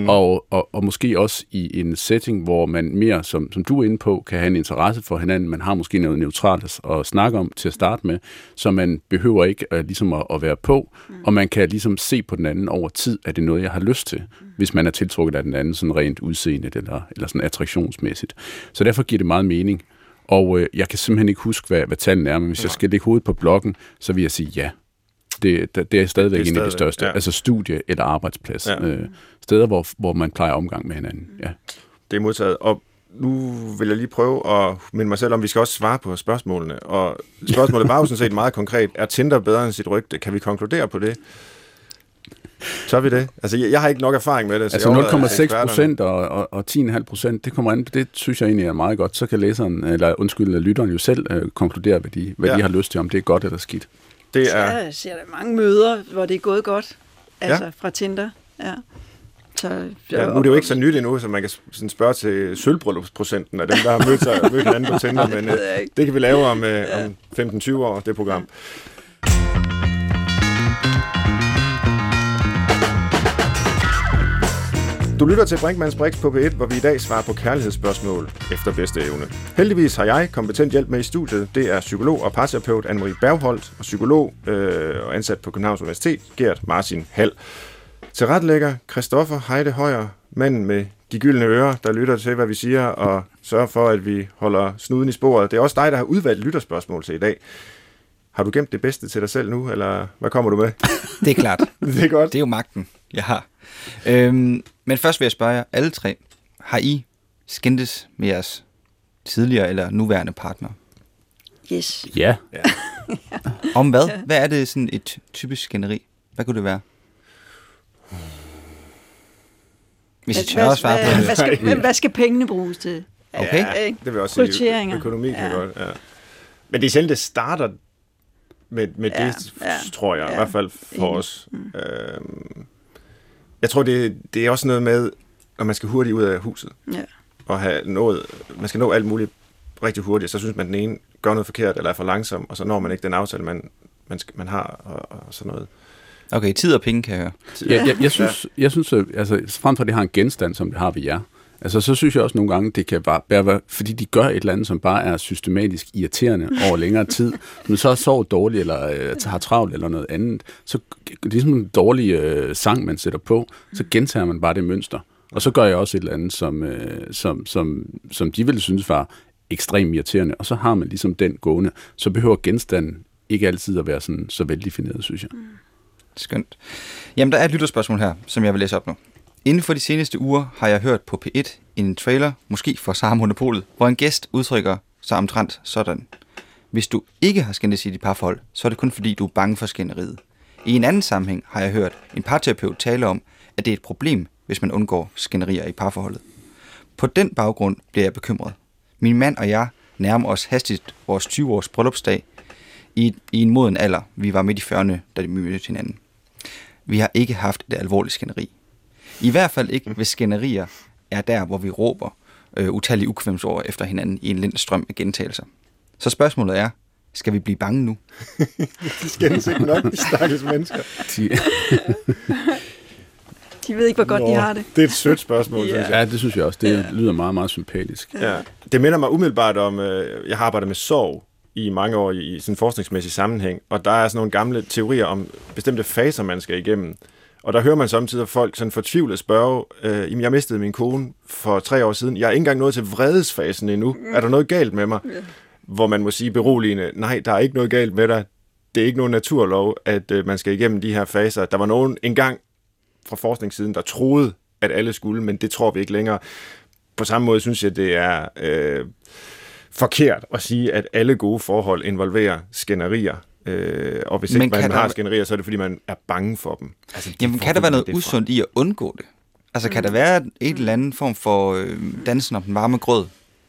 Og måske også i en setting, hvor man mere, som du er inde på, kan have en interesse for hinanden. Man har måske noget neutralt at snakke om til at starte med, så man behøver ikke ligesom at være på, og man kan ligesom se på den anden over tid, at det er noget, jeg har lyst til, hvis man er tiltrukket af den anden sådan rent udseende eller sådan attraktionsmæssigt. Så derfor giver det meget mening. Og jeg kan simpelthen ikke huske, hvad tallene er, men hvis jeg skal lægge hovedet på blokken, så vil jeg sige ja. Det er stadigvæk en af de største. Ja. Altså studie- eller arbejdsplads. Ja. Steder, hvor man plejer omgang med hinanden. Ja. Det er modtaget. Og nu vil jeg lige prøve at minde mig selv om, vi skal også svare på spørgsmålene. Og spørgsmålet var jo sådan set meget konkret. Er Tinder bedre end sit rygte? Kan vi konkludere på det? Så er vi det. Altså, jeg har ikke nok erfaring med det. Altså 0,6% og 10,5%, det kommer an. Det synes jeg egentlig er meget godt. Så kan lytteren jo selv konkludere, hvad de har lyst til, om det er godt eller skidt. Jeg ser der mange møder, hvor det er gået godt. Altså fra Tinder. Ja. Så, nu er det jo ikke så nyt endnu, så man kan sådan spørge til sølvbryllupsprocenten af dem, der har mødt hinanden på Tinder, men det kan vi lave om 15-20 år, det program. Du lytter til Brinkmanns Brix på P1, hvor vi i dag svarer på kærlighedsspørgsmål efter bedste evne. Heldigvis har jeg kompetent hjælp med i studiet. Det er psykolog og parterapeut Anne-Marie Bergholt, og psykolog og ansat på Københavns Universitet, Gert Martin Hall. Tilrettelægger Christoffer Heide Højer, manden med de gyldne ører, der lytter til, hvad vi siger, og sørger for, at vi holder snuden i sporet. Det er også dig, der har udvalgt lytterspørgsmål til i dag. Har du gemt det bedste til dig selv nu, eller hvad kommer du med? Det er klart. Det er godt. Det er jo magten, jeg har. Men først vil jeg spørge jer, alle tre, har I skændtes med jeres tidligere eller nuværende partner? Yes. Ja. Om hvad? Hvad er det sådan et typisk skænderi? Hvad kunne det være? Hvis I tør at svare på det. Hvad skal pengene bruges til? Okay. Ja, det vil jeg også sige. Økonomi kan godt. Ja. Men det er sjældent, det starter med det, tror jeg, i hvert fald for os. Jeg tror, det er også noget med, at man skal hurtigt ud af huset. Ja. Og man skal nå alt muligt rigtig hurtigt, så synes man, at den ene gør noget forkert, eller er for langsom, og så når man ikke den aftale, man har, og sådan noget. Okay, tid og penge kan jeg høre. Jeg synes, altså, frem for det har en genstand, som det har ved jer, altså, så synes jeg også nogle gange, det kan bare være, fordi de gør et eller andet, som bare er systematisk irriterende over længere tid, men så sover dårligt, eller har travlt, eller noget andet, så ligesom en dårlig sang, man sætter på, så gentager man bare det mønster. Og så gør jeg også et eller andet, som de ville synes var ekstremt irriterende, og så har man ligesom den gående. Så behøver genstanden ikke altid at være sådan, så veldefineret, synes jeg. Skønt. Jamen, der er et lytterspørgsmål her, som jeg vil læse op nu. Inden for de seneste uger har jeg hørt på P1 en trailer, måske for Sara Monopolet, hvor en gæst udtrykker sig omtrent sådan. Hvis du ikke har skændtes i dit parforhold, så er det kun fordi, du er bange for skænderiet. I en anden sammenhæng har jeg hørt en parterapeut tale om, at det er et problem, hvis man undgår skænderier i parforholdet. På den baggrund bliver jeg bekymret. Min mand og jeg nærmer os hastigt vores 20-års bryllupsdag i en moden alder. Vi var midt i 40'erne, da vi mødte hinanden. Vi har ikke haft et alvorligt skænderi. I hvert fald ikke, hvis skænderier er der, hvor vi råber utallige ukvemsord efter hinanden i en lind strøm af gentagelser. Så spørgsmålet er, skal vi blive bange nu? De skændes ikke nok, de stakkels mennesker. De ved ikke, hvor godt de har det. Det er et sødt spørgsmål, synes jeg. Ja, det synes jeg også. Det lyder meget, meget sympatisk. Ja. Det minder mig umiddelbart om, jeg har arbejdet med sorg i mange år i sådan en forskningsmæssig sammenhæng, og der er sådan nogle gamle teorier om bestemte faser, man skal igennem. Og der hører man samtidig folk sådan fortvivlet spørge, jeg mistede min kone for 3 år siden, jeg er ikke engang nået til vredesfasen endnu. Er der noget galt med mig? Ja. Hvor man må sige beroligende, nej, der er ikke noget galt med dig. Det er ikke nogen naturlov, at man skal igennem de her faser. Der var nogen engang fra forskningssiden, der troede, at alle skulle, men det tror vi ikke længere. På samme måde synes jeg, det er forkert at sige, at alle gode forhold involverer skænderier. Og hvis ikke man har skænderier, så er det, fordi man er bange for dem. Altså, jamen, kan der være noget usundt i at undgå det? Altså, kan der være et eller andet form for dansen om den varme grød?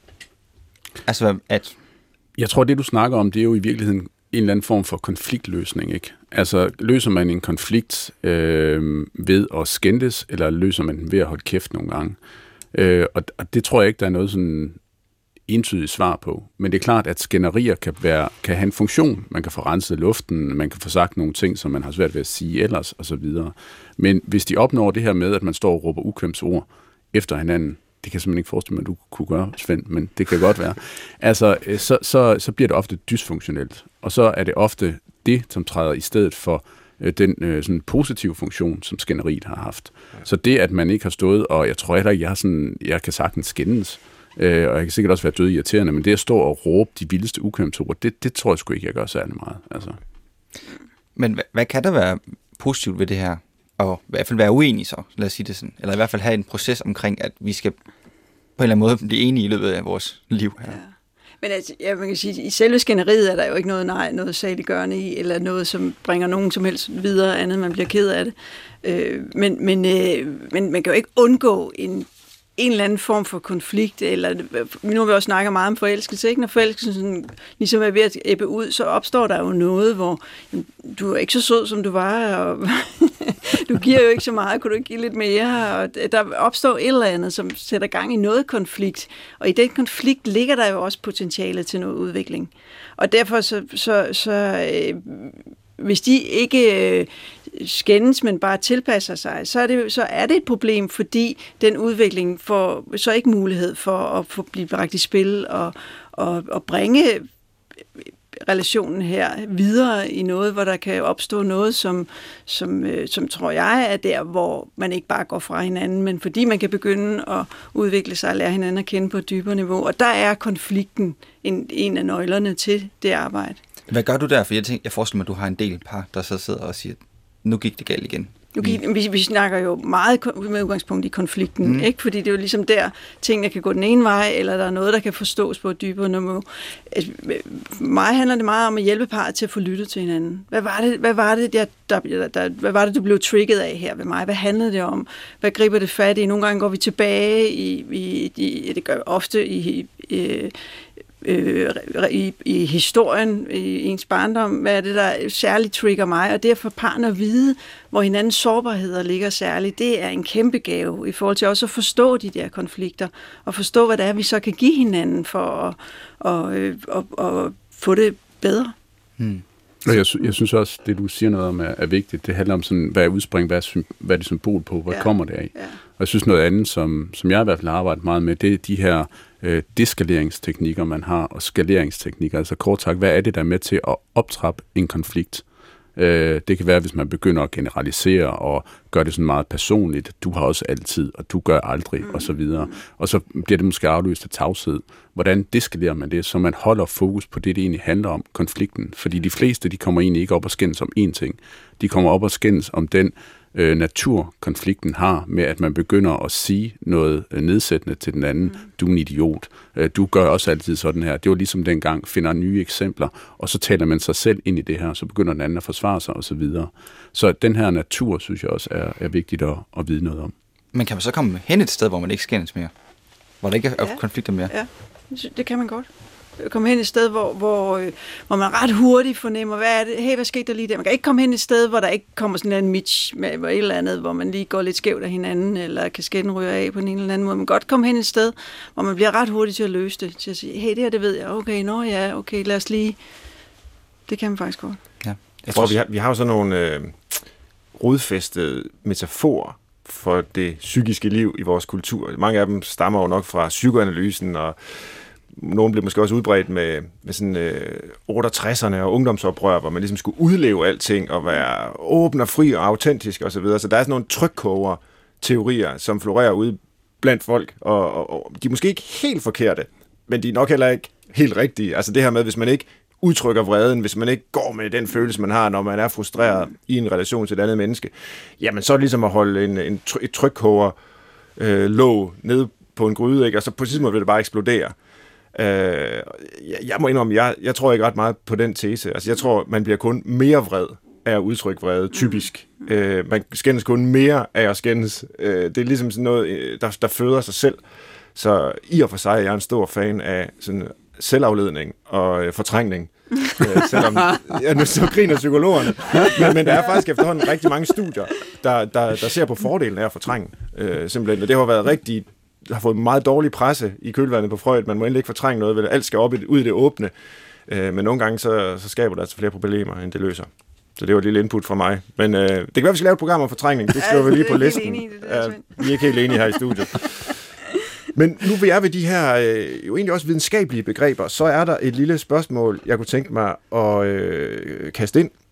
Altså, at... Jeg tror, det du snakker om, det er jo i virkeligheden en eller anden form for konfliktløsning, ikke? Altså, løser man en konflikt ved at skændes, eller løser man den ved at holde kæft nogle gange? Og det tror jeg ikke, der er noget sådan entydigt svar på. Men det er klart, at skænderier kan have en funktion. Man kan få renset luften, man kan få sagt nogle ting, som man har svært ved at sige ellers, og så videre. Men hvis de opnår det her med, at man står og råber ukvemsord efter hinanden, det kan jeg simpelthen ikke forestille mig, at du kunne gøre, Svend, men det kan godt være. Altså, så bliver det ofte dysfunktionelt. Og så er det ofte det, som træder i stedet for den sådan positive funktion, som skænderiet har haft. Så det, at man ikke har stået, og jeg tror heller ikke, jeg kan sagtens skændes, og jeg kan sikkert også være død irriterende, men det at stå og råbe de vildeste ukvemsord, det tror jeg sgu ikke, jeg gør særlig meget. Altså. Men hvad kan der være positivt ved det her? Og i hvert fald være uenige så, lad os sige det sådan. Eller i hvert fald have en proces omkring, at vi skal på en eller anden måde blive enige i løbet af vores liv her. Ja. Men altså, man kan sige, i selve skænderiet er der jo ikke noget saliggørende i, eller noget, som bringer nogen som helst videre, andet man bliver ked af det. Men man kan jo ikke undgå en eller anden form for konflikt, eller nu har vi også snakket meget om forelskelse, ikke? Når forelskelsen ligesom er ved at ebbe ud, så opstår der jo noget, hvor du er ikke så sød, som du var, og du giver jo ikke så meget, kunne du ikke give lidt mere, og der opstår et eller andet, som sætter gang i noget konflikt, og i den konflikt ligger der jo også potentiale til noget udvikling. Og derfor hvis de ikke skændes, men bare tilpasser sig, så er det et problem, fordi den udvikling får så ikke mulighed for at blive bragt i spil og bringe relationen her videre i noget, hvor der kan opstå noget, som tror jeg er der, hvor man ikke bare går fra hinanden, men fordi man kan begynde at udvikle sig og lære hinanden at kende på et dybere niveau. Og der er konflikten en af nøglerne til det arbejde. Hvad gør du der? For jeg forestiller mig, at du har en del par, der så sidder og siger, nu gik det galt igen. Vi snakker jo meget med udgangspunkt i konflikten, ikke? Fordi det er jo ligesom der, tingene kan gå den ene vej, eller der er noget, der kan forstås på et dybere niveau. For mig handler det meget om at hjælpe parret til at få lyttet til hinanden. Hvad var det, du blev trigget af her ved mig? Hvad handlede det om? Hvad griber det fat i? Nogle gange går vi tilbage det gør ofte i historien, i ens barndom, hvad er det, der særligt trigger mig, og derfor parrene at vide, hvor hinandens sårbarheder ligger særligt, det er en kæmpe gave i forhold til også at forstå de der konflikter, og forstå, hvad det er, vi så kan give hinanden for at få det bedre. Og jeg synes også, det du siger noget om er vigtigt. Det handler om sådan, hvad er udspring, hvad er det symbol på, hvad kommer det af? Ja. Og jeg synes noget andet, som jeg i hvert fald har arbejdet meget med, det er de her deskaleringsteknikker, man har, og skaleringsteknikker. Altså kort sagt, hvad er det, der er med til at optrappe en konflikt? Det kan være, hvis man begynder at generalisere og gøre det sådan meget personligt. Du har også altid, og du gør aldrig, og så videre. Og så bliver det måske afløst af tavshed. Hvordan deskalerer man det, så man holder fokus på det egentlig handler om, konflikten? Fordi de fleste, de kommer egentlig ikke op og skændes om én ting. De kommer op og skændes om den natur, konflikten har med, at man begynder at sige noget nedsættende til den anden. Du er en idiot. Du gør også altid sådan her. Det var ligesom dengang, finder nye eksempler, og så taler man sig selv ind i det her, så begynder den anden at forsvare sig, og så videre. Så den her natur, synes jeg også, er vigtigt at vide noget om. Men kan man så komme hen et sted, hvor man ikke skændes mere? Hvor der ikke er konflikter mere? Ja, det kan man godt. Komme hen et sted, hvor man ret hurtigt fornemmer, hvad skete der lige der? Man kan ikke komme hen et sted, hvor der ikke kommer sådan en mitch med et eller andet, hvor man lige går lidt skævt af hinanden, eller kasketten ryger af på en eller anden måde. Man kan godt komme hen et sted, hvor man bliver ret hurtigt til at løse det, til at sige, hey, det her, det ved jeg, okay, lad os lige... Det kan man faktisk godt. Ja. Jeg tror, vi har jo sådan nogle rodfæstede metaforer for det psykiske liv i vores kultur. Mange af dem stammer jo nok fra psykoanalysen, og nogle blev måske også udbredt med sådan 68'erne og ungdomsoprør, hvor man ligesom skulle udleve alting og være åben og fri og autentisk osv. Så der er sådan nogle trykkoger-teorier, som florerer ude blandt folk, og de er måske ikke helt forkerte, men de er nok heller ikke helt rigtige. Altså det her med, hvis man ikke udtrykker vreden, hvis man ikke går med den følelse, man har, når man er frustreret i en relation til et andet menneske, jamen så er det ligesom at holde et trykkoger låg nede på en gryde, ikke? Og så på et tidspunkt vil det bare eksplodere. Jeg må indrømme, jeg tror ikke ret meget på den tese. Altså jeg tror, man bliver kun mere vred af at udtrykke vrede, typisk. Man skændes kun mere af at skændes. Det er ligesom sådan noget, der føder sig selv. Så i og for sig er jeg en stor fan af sådan selvafledning og fortrængning. Selvom nu så griner psykologerne. Men der er faktisk efterhånden rigtig mange studier, der ser på fordelen af at fortrænge. Simpelthen. Og det har været har fået meget dårlig presse i kølvandet på Freud. Man må endelig ikke fortrænge noget, vel? Alt skal ud i det åbne. Men nogle gange så skaber det altså flere problemer, end det løser. Så det var et lille input fra mig. Men det kan være, vi skal lave et program om fortrængning. Det skriver vi lige på listen. Vi er ikke helt enige her i studiet. Men nu vi er ved de her jo egentlig også videnskabelige begreber, så er der et lille spørgsmål, jeg kunne tænke mig at kaste ind.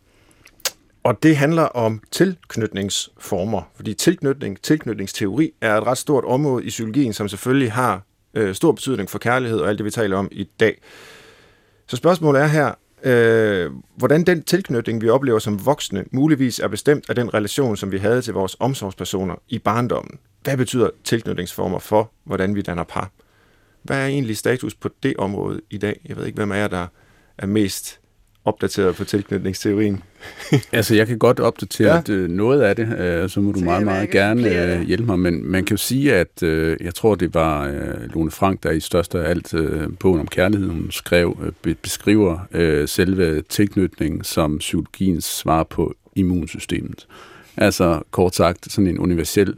Og det handler om tilknytningsformer. Fordi tilknytningsteori er et ret stort område i psykologien, som selvfølgelig har stor betydning for kærlighed og alt det, vi taler om i dag. Så spørgsmålet er her, hvordan den tilknytning, vi oplever som voksne, muligvis er bestemt af den relation, som vi havde til vores omsorgspersoner i barndommen. Hvad betyder tilknytningsformer for, hvordan vi danner par? Hvad er egentlig status på det område i dag? Jeg ved ikke, hvem af jer, der er mest opdateret på tilknytningsteorien. Altså, jeg kan godt opdatere noget af det, så må du meget gerne hjælpe mig, men man kan jo sige, at jeg tror, det var Lone Frank, der i største af alt bogen om kærlighed, hun beskriver selve tilknytningen som psykologiens svar på immunsystemet. Altså, kort sagt, sådan en universel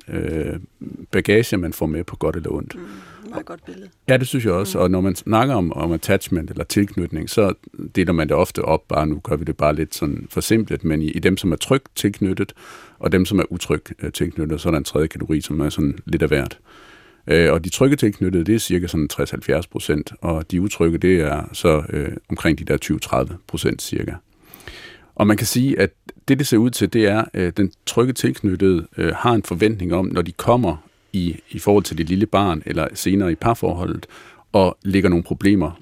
bagage, man får med på godt eller ondt. Meget godt billede. Ja, det synes jeg også. Og når man snakker om attachment eller tilknytning, så deler man det ofte op, bare nu gør vi det bare lidt sådan forsimplet, men i dem, som er trygt tilknyttet, og dem, som er utrygt tilknyttet, så er der en tredje kategori, som er sådan lidt af hvert. Og de trygge tilknyttede, det er cirka sådan 60-70%, og de utrygge, det er så omkring de der 20-30% cirka. Og man kan sige, at det ser ud til, det er, at den trygge tilknyttede har en forventning om, når de kommer i forhold til det lille barn, eller senere i parforholdet, og lægger nogle problemer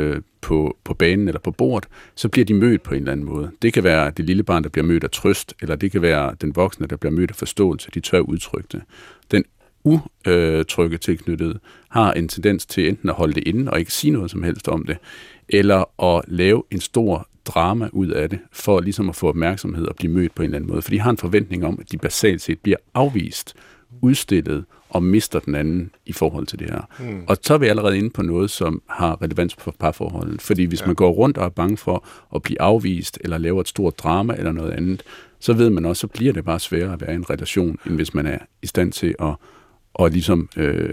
på banen eller på bordet, så bliver de mødt på en eller anden måde. Det kan være det lille barn, der bliver mødt af trøst, eller det kan være den voksne, der bliver mødt af forståelse. De tør udtrykke det. Den utrygge tilknyttede har en tendens til enten at holde det inde og ikke sige noget som helst om det, eller at lave en stor drama ud af det, for ligesom at få opmærksomhed og blive mødt på en eller anden måde. For de har en forventning om, at de basalt set bliver afvist, udstillet og mister den anden i forhold til det her. Og så er vi allerede inde på noget, som har relevans for parforholdet. Fordi hvis man går rundt og er bange for at blive afvist, eller laver et stort drama eller noget andet, så ved man også, så bliver det bare sværere at være i en relation, end hvis man er i stand til at ligesom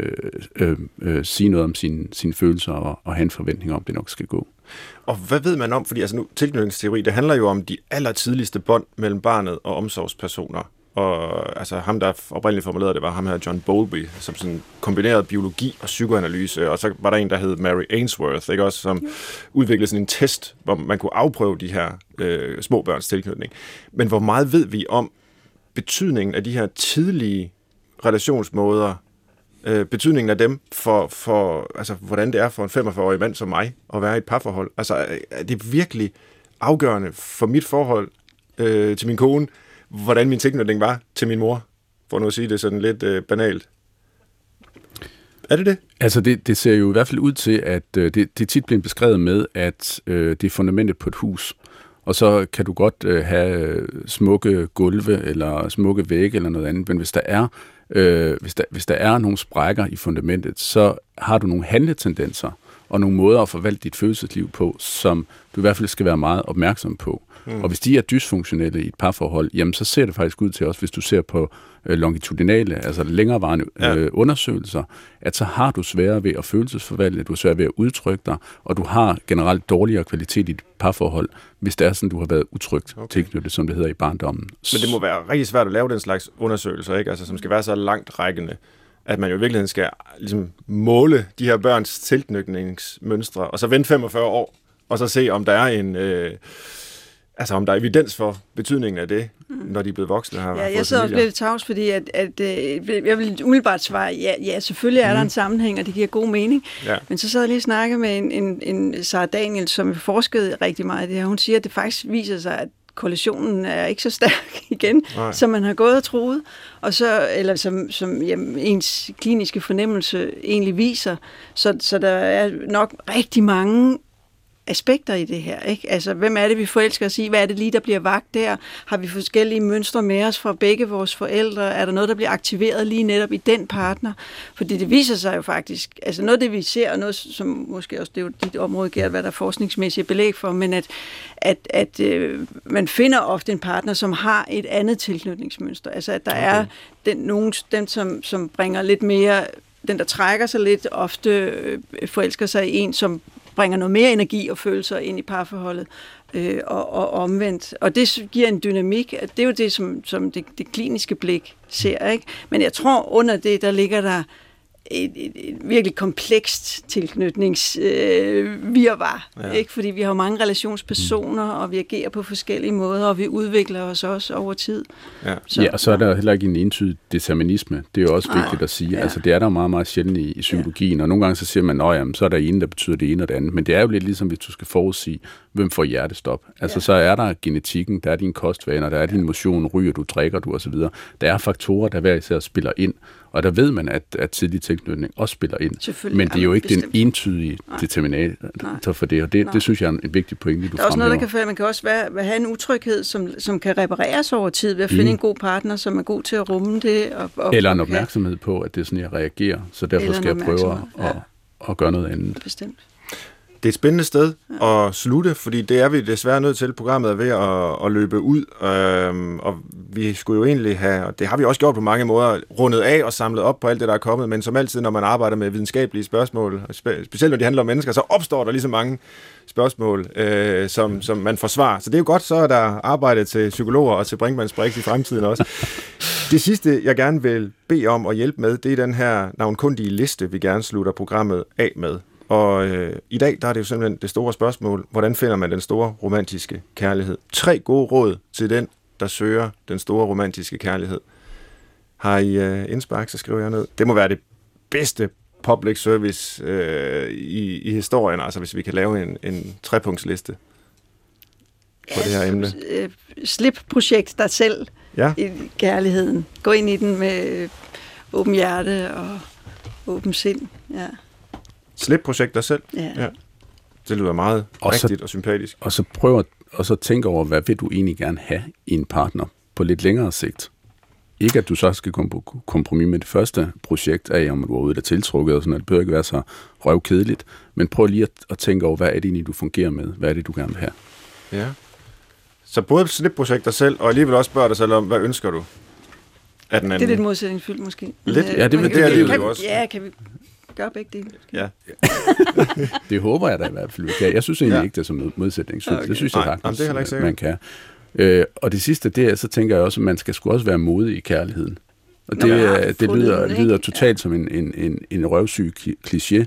sige noget om sine følelser og have en forventning om, det nok skal gå. Og hvad ved man om, fordi altså nu tilknytningsteori, det handler jo om de allertidligste bånd mellem barnet og omsorgspersoner. og altså ham, der oprindeligt formulerede det, var ham her John Bowlby, som sådan kombinerede biologi og psykoanalyse, og så var der en, der hed Mary Ainsworth, ikke også, som udviklede sådan en test, hvor man kunne afprøve de her små børns tilknytning. Men hvor meget ved vi om betydningen af de her tidlige relationsmåder, betydningen af dem for altså, hvordan det er for en 45-årig mand som mig at være i et parforhold? Altså, er det virkelig afgørende for mit forhold til min kone, hvordan min tilknytning var til min mor, for nu at sige det sådan lidt banalt? Er det det? Altså, det ser jo i hvert fald ud til, at det er tit blevet beskrevet med, at det er fundamentet på et hus. Og så kan du godt have smukke gulve, eller smukke vægge, eller noget andet, men hvis der er nogle sprækker i fundamentet, så har du nogle handletendenser, og nogle måder at forvalte dit følelsesliv på, som du i hvert fald skal være meget opmærksom på. Og hvis de er dysfunktionelle i et parforhold, jamen så ser det faktisk ud til også, hvis du ser på longitudinale, altså længerevarende undersøgelser, at så har du sværere ved at følelsesforvalte, du er sværere ved at udtrykke dig, og du har generelt dårligere kvalitet i dit parforhold, hvis det er sådan, du har været utrygt tilknyttet, som det hedder i barndommen. Men det må være rigtig svært at lave den slags undersøgelser, ikke? Altså, som skal være så langt rækkende, at man jo i virkeligheden skal ligesom måle de her børns tilknytningsmønstre, og så vente 45 år, og så se, om der er om der er evidens for betydningen af det, når de er blevet voksne. Jeg sidder også lidt tavs, fordi at jeg vil umiddelbart svare, ja, selvfølgelig er der en sammenhæng, og det giver god mening. Ja. Men så sad jeg lige og snakkede med en Sarah Daniel, som forskede rigtig meget i det her. Hun siger, at det faktisk viser sig, at korrelationen er ikke så stærk igen, som man har gået og troet, og så, eller som ens kliniske fornemmelse egentlig viser. Så der er nok rigtig mange aspekter i det her, ikke? Altså, hvem er det, vi forelsker os i? Hvad er det lige, der bliver vagt der? Har vi forskellige mønstre med os fra begge vores forældre? Er der noget, der bliver aktiveret lige netop i den partner? Fordi det viser sig jo faktisk, altså noget af det, vi ser, og noget, som måske også det er jo dit område, Gert, hvad der er forskningsmæssigt belæg for, men at man finder ofte en partner, som har et andet tilknytningsmønster. Altså, at der er dem, som bringer lidt mere, den, der trækker sig lidt, ofte forelsker sig i en, som bringer noget mere energi og følelser ind i parforholdet, og omvendt. Og det giver en dynamik. Det er jo det, som det kliniske blik ser, ikke? Men jeg tror, under det, der ligger der et virkelig komplekst tilknytningsvirvar, ikke? Fordi vi har mange relationspersoner, og vi agerer på forskellige måder, og vi udvikler os også over tid. Ja, og så er der heller ikke en entydig determinisme. Det er jo også vigtigt at sige. Ja. Altså, det er der meget, meget sjældent i psykologien, og nogle gange så siger man, så er der en, der betyder det ene og det andet. Men det er jo lidt ligesom, hvis du skal forudsige, hvem får hjertestop. Altså, så er der genetikken, der er dine kostvaner, der er din motion, ryger du, drikker du osv. Der er faktorer, der hver især spiller ind. Og der ved man, at tidlig tilknytning også spiller ind. Men det er jo ikke den entydige determinator for det, og det synes jeg er en vigtig pointe, du fremhæver. Der er også noget, der kan man kan også have en utryghed, som kan repareres over tid ved at finde en god partner, som er god til at rumme det. Eller en opmærksomhed på, at det er sådan, jeg reagerer, så derfor skal jeg prøve at gøre noget andet. Bestemt. Det er et spændende sted at slutte, fordi det er vi desværre nødt til. Programmet er ved at løbe ud, og vi skulle jo egentlig have, og det har vi også gjort på mange måder, rundet af og samlet op på alt det, der er kommet, men som altid, når man arbejder med videnskabelige spørgsmål, specielt når de handler om mennesker, så opstår der lige så mange spørgsmål, som man får svar. Så det er jo godt, så er der arbejde til psykologer og til Brinkmanns Brix i fremtiden også. Det sidste, jeg gerne vil bede om at hjælpe med, det er den her navnkundige liste, vi gerne slutter programmet af med. Og i dag, der er det jo simpelthen det store spørgsmål, hvordan finder man den store romantiske kærlighed? 3 gode råd til den, der søger den store romantiske kærlighed. Har I indspark, så skriver jeg ned. Det må være det bedste public service i historien, altså hvis vi kan lave en 3-punktsliste på det her emne. Slip projekt dig selv i kærligheden. Gå ind i den med åben hjerte og åben sind. Ja. Slip projekt dig selv. Ja. Det lyder meget rigtigt og sympatisk. Og så prøv at tænke over, hvad vil du egentlig gerne have i en partner på lidt længere sigt. Ikke at du så skal komme på kompromis med det første projekt af, om du er ude der tiltrukket og sådan noget. Det behøver ikke være så røvkedeligt. Men prøv lige at tænke over, hvad er det egentlig, du fungerer med? Hvad er det, du gerne vil have? Ja. Så både slip projekt dig selv, og alligevel også spørge dig selv om, hvad ønsker du af den anden? Det er lidt modsætningsfyldt måske. Lidt? Ja, det er livet jo også. Ja, kan vi gøre begge dele? Ja. Det håber jeg da i hvert fald. Jeg synes egentlig ikke, det er som modsætningsfyldt. Okay. Det synes jeg sagtligt, det man kan. Og det sidste, det er, så tænker jeg også, at man skal sgu også være modig i kærligheden. Og det lyder totalt som en røvsyg kliché.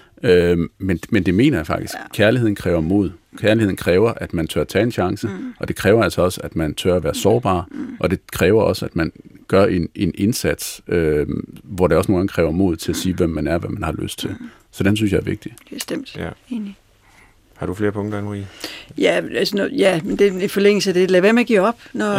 Men det mener jeg faktisk. Ja. Kærligheden kræver mod. Kærligheden kræver, at man tør tage en chance, og det kræver altså også, at man tør være sårbar, og det kræver også, at man gør en indsats, hvor det også nogle gange kræver mod til at sige, hvem man er, hvad man har lyst til. Så den synes jeg er vigtig. Det er stemt. Ja. Enig. Har du flere punkter, Anne-Marie? Ja, altså, men det er i forlængelse af det. Lad være med at give op, når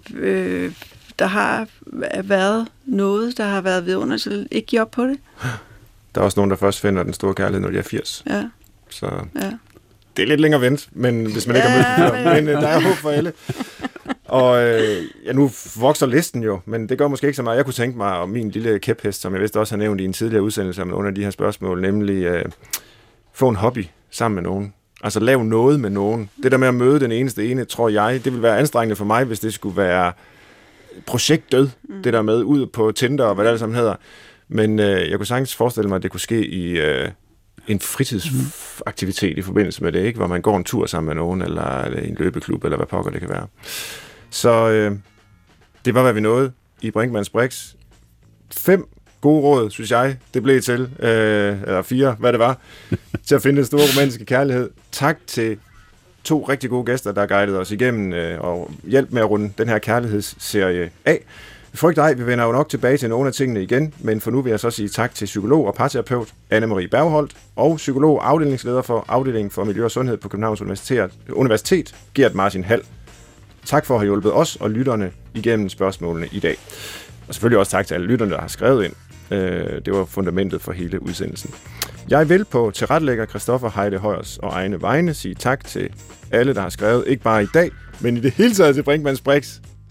der har været noget, der har været vidunderligt, så ikke give op på det. Der er også nogen, der først finder den store kærlighed, når de er 80. Ja. Så det er lidt længere vent, men hvis man ikke har mødt det. Men der er håb for alle. Og nu vokser listen jo, men det gør måske ikke så meget. Jeg kunne tænke mig om min lille kæphest, som jeg vist også har nævnt i en tidligere udsendelse om nogle af de her spørgsmål, nemlig få en hobby sammen med nogen. Altså lave noget med nogen. Det der med at møde den eneste ene, tror jeg, det vil være anstrengende for mig, hvis det skulle være projektdød. Det der med ud på Tinder og hvad det alle sammen hedder. Men jeg kunne sagtens forestille mig, at det kunne ske i en fritidsaktivitet i forbindelse med det, ikke? Hvor man går en tur sammen med nogen, eller en løbeklub, eller hvad pokker det kan være. Så det var, hvad vi nåede i Brinkmanns Brix. 5 gode råd, synes jeg, det blev til, eller 4, hvad det var, til at finde den store romantiske kærlighed. Tak til 2 rigtig gode gæster, der guidede os igennem og hjalp med at runde den her kærlighedsserie af. Frygt ej, vi vender jo nok tilbage til nogle af tingene igen, men for nu vil jeg så sige tak til psykolog og parterapeut Anne-Marie Bergholt og psykolog og afdelingsleder for afdelingen for miljø og sundhed på Københavns Universitet, Gert Martin Hall. Tak for at have hjulpet os og lytterne igennem spørgsmålene i dag. Og selvfølgelig også tak til alle lytterne, der har skrevet ind. Det var fundamentet for hele udsendelsen. Jeg vil på tilrettelægger Christoffer Heide Højers og egne vegne sige tak til alle, der har skrevet, ikke bare i dag, men i det hele taget til Brinkmanns Brix,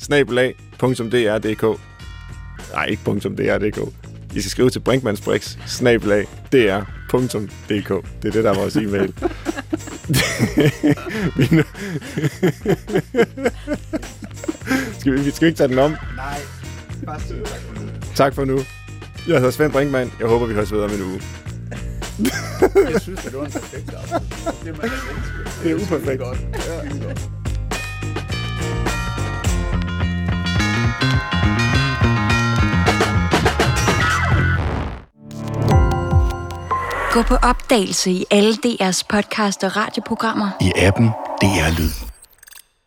@dr.dk. Nej, ikke .dr.dk. I skal skrive til Brinkmanns Brix, @dr.dk. Det er det, der er vores e-mail. Skal vi ikke tage den om? Nej, bare sige tak for nu. Tak for nu. Jeg hedder Svend Brinkmann. Jeg håber, vi høres videre om en uge. Jeg synes, det var en perfekt afsnit. Det er uperfekt. Gå på opdagelse i alle DR's podcast og radioprogrammer. I appen DR Lyd.